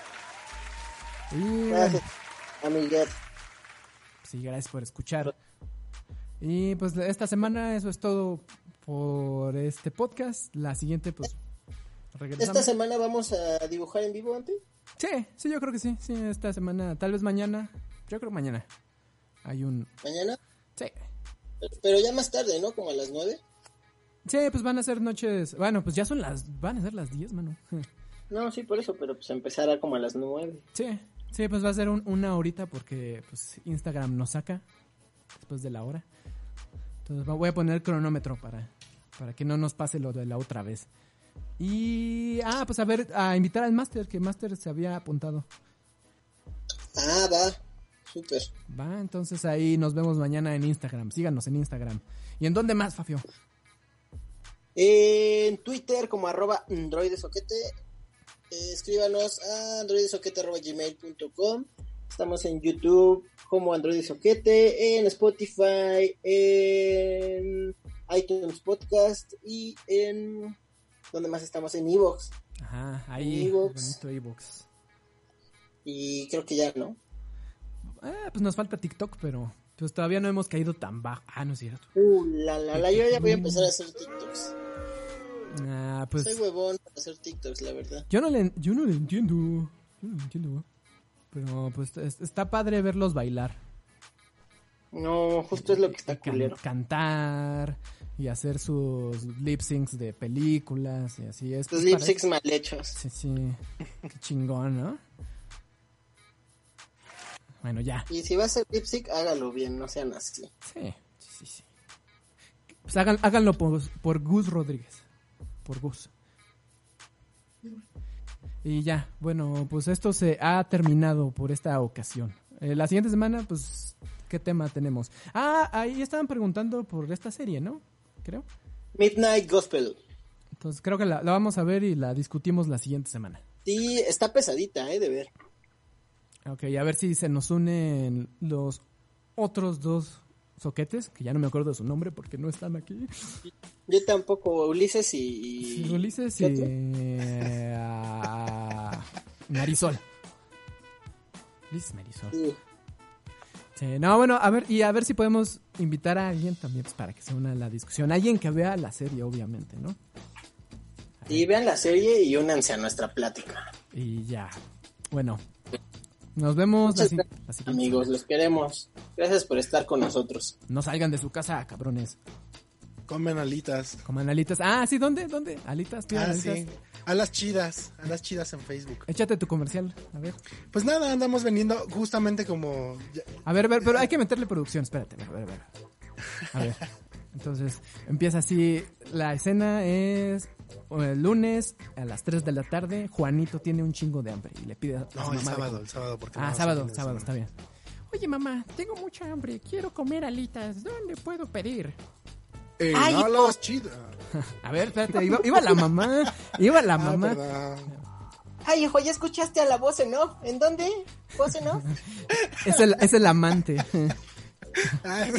S5: Y,
S6: Gracias, amiguet.
S5: sí, gracias por escuchar. Y pues esta semana eso es todo por este podcast. La siguiente, pues, regresamos.
S6: ¿Esta semana vamos a dibujar en vivo, Ante?
S5: Sí, sí, yo creo que sí. Sí, esta semana, tal vez mañana. Yo creo mañana. Hay un...
S6: ¿Mañana?
S5: Sí.
S6: Pero, pero ya más tarde, ¿no? Como a las nueve.
S5: Sí, pues van a ser noches... Bueno, pues ya son las... Van a ser las diez, mano.
S6: No, sí, por eso, pero pues empezará como a las nueve.
S5: Sí, sí, pues va a ser un, una horita porque pues Instagram nos saca después de la hora. Entonces voy a poner el cronómetro para, para que no nos pase lo de la otra vez. Y... Ah, pues a ver, a invitar al Master, que Master se había apuntado.
S6: Ah, va. Súper.
S5: Va, entonces ahí nos vemos mañana en Instagram. Síganos en Instagram. ¿Y en dónde más, Fafio?
S6: En Twitter como arroba androidesoquete. Eh, escríbanos a androidesoquete arroba gmail punto com. Estamos en YouTube como androidesoquete, en Spotify, en iTunes Podcast y en... ¿Dónde más estamos? En iVoox.
S5: Ajá, ahí.
S6: iVoox.
S5: Bonito iVoox.
S6: Y creo que ya, ¿no?
S5: Ah, pues nos falta TikTok, pero pues todavía no hemos caído tan bajo. Ah, no es cierto.
S6: Uh, la, la, la, yo ya voy a empezar a hacer TikToks.
S5: Ah, pues...
S6: Soy huevón para hacer TikToks, la verdad.
S5: Yo no le, yo no le entiendo. Yo no le entiendo. Pero pues es- está padre verlos bailar.
S6: No, justo es lo que está
S5: Can-
S6: culero.
S5: cantar y hacer sus lip syncs de películas y así es.
S6: Los
S5: pues,
S6: lip
S5: para-
S6: syncs mal hechos.
S5: Sí, sí. Qué chingón, ¿no? Bueno, ya.
S6: Y si va a ser lip sync, hágalo bien, no sean así.
S5: Sí, sí, sí. sí. Pues hagan, háganlo por, por Gus Rodríguez. Por Gus. Y ya, bueno, pues esto se ha terminado por esta ocasión. Eh, la siguiente semana, pues, ¿qué tema tenemos? Ah, ahí estaban preguntando por esta serie, ¿no? Creo.
S6: Midnight Gospel.
S5: Entonces creo que la, la vamos a ver y la discutimos la siguiente semana.
S6: Sí, está pesadita, eh, de ver.
S5: Ok, a ver si se nos unen los otros dos soquetes, que ya no me acuerdo de su nombre porque no están aquí.
S6: Yo tampoco, Ulises y...
S5: Sí, Ulises
S6: ¿Qué
S5: y...
S6: otro?
S5: eh, a Marisol. Ulises Marisol.
S6: Sí.
S5: Sí, no, bueno, a ver, y a ver si podemos invitar a alguien también pues, para que se una a la discusión. Alguien que vea la serie, obviamente, ¿no?
S6: Y vean la serie y únanse a nuestra plática.
S5: Y ya. Bueno, nos vemos la,
S6: Muchas
S5: si-
S6: gracias,
S5: la siguiente
S6: amigos,
S5: semana.
S6: los queremos. Gracias por estar con nosotros.
S5: No salgan de su casa, cabrones.
S7: Comen alitas.
S5: Coman alitas. Ah, sí, ¿dónde? ¿Dónde? Alitas, pidan
S7: Ah,
S5: alitas.
S7: sí. A las chidas, a las chidas en Facebook.
S5: Échate tu comercial, a ver.
S7: Pues nada, andamos vendiendo justamente como... ya-
S5: A ver, a ver, pero hay que meterle producción, espérate, a ver, a ver. A ver. Entonces, empieza así, la escena es el lunes a las tres de la tarde, Juanito tiene un chingo de hambre y le pide a su
S7: No, el
S5: mamá de
S7: sábado,
S5: comer.
S7: el sábado. Porque
S5: Ah,
S7: no,
S5: sábado,
S7: fin de
S5: sábado,
S7: semana.
S5: está bien. Oye, mamá, tengo mucha hambre, quiero comer alitas, ¿dónde puedo pedir?
S7: En
S6: Ay,
S7: a
S6: no.
S7: las chidas.
S5: A ver, espérate, iba, iba la mamá, iba la
S7: Ah,
S5: mamá.
S7: perdón.
S6: Ay, hijo, ¿ya escuchaste a la voz en off? ¿En dónde? ¿Voz en off?
S5: Es el, es el amante.
S7: Ay,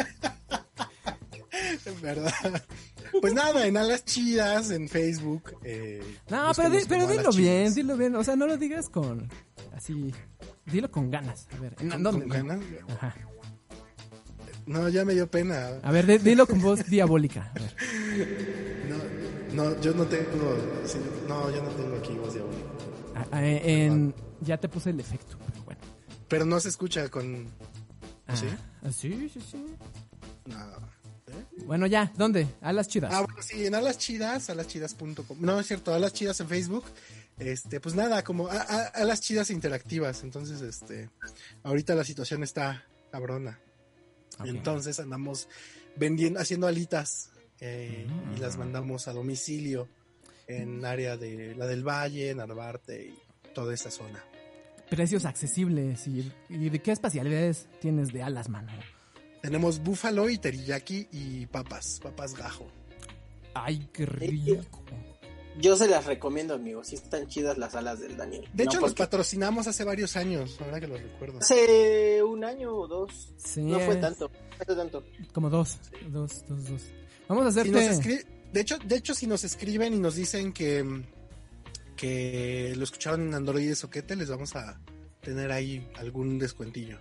S7: es verdad. Pues nada, en Alas Chidas, en Facebook. Eh,
S5: No, pero, di-
S7: búsquenos
S5: pero
S7: como
S5: dilo
S7: Alas
S5: bien,
S7: Chidas.
S5: dilo bien. O sea, no lo digas con así. Dilo con ganas. A ver, ¿en
S7: ¿Con-
S5: dónde?
S7: con ganas?
S5: Ajá.
S7: No, ya me dio pena.
S5: A ver, di- dilo con voz diabólica. A ver.
S7: No, no, yo no tengo. sí, no, yo no tengo aquí voz diabólica.
S5: Ah, ah, en- ya te puse el efecto, pero bueno.
S7: Pero no se escucha con.
S5: Ah,
S7: ¿Sí?
S5: ah, sí, sí, sí.
S7: No.
S5: Bueno, ya, ¿dónde? A las chidas.
S7: Ah, bueno, sí, en Alas Chidas, alas chidas punto com. No, es cierto, Alas Chidas en Facebook. Este, pues nada, como a, a, Alas Chidas interactivas. Entonces, este, ahorita la situación está cabrona.
S5: Okay.
S7: Entonces andamos vendiendo, haciendo alitas eh,
S5: Mm.
S7: y las mandamos a domicilio en área de la del Valle, Narvarte y toda esa zona.
S5: Precios accesibles. ¿Y, y de qué especialidades tienes de alas, mano?
S7: Tenemos búfalo y teriyaki y papas, papas gajo.
S5: Ay, qué rico.
S6: Yo se las recomiendo, amigos. Sí están chidas las alas del Daniel.
S7: De
S6: No,
S7: hecho, los
S6: porque
S7: patrocinamos hace varios años, ahora que los recuerdo.
S6: hace un año o dos.
S5: Sí,
S6: No fue
S5: es
S6: tanto. No fue tanto.
S5: Como dos, dos, dos, dos. Vamos a
S7: Si
S5: hacerte...
S7: nos escri- de hecho, de hecho, si nos escriben y nos dicen que, que lo escucharon en Android de Soquete, les vamos a tener ahí algún descuentillo.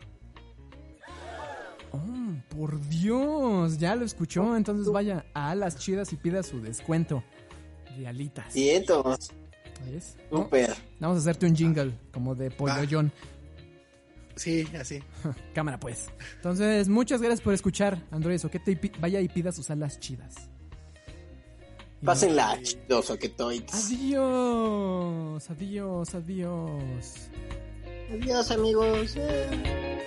S5: Oh, por Dios, ya lo escuchó. Entonces vaya a Alas Chidas y pida su descuento de alitas.
S6: Cientos.
S5: Ahí es.
S6: Súper.
S5: Vamos a hacerte un jingle como de Polloyón.
S7: Sí, así.
S5: Cámara pues. Entonces, muchas gracias por escuchar Android Soquete y pi- vaya y pida sus alas chidas. Y
S6: Pásenla, chidos soquetoides.
S5: Adiós, adiós, adiós.
S6: Adiós, amigos. Eh.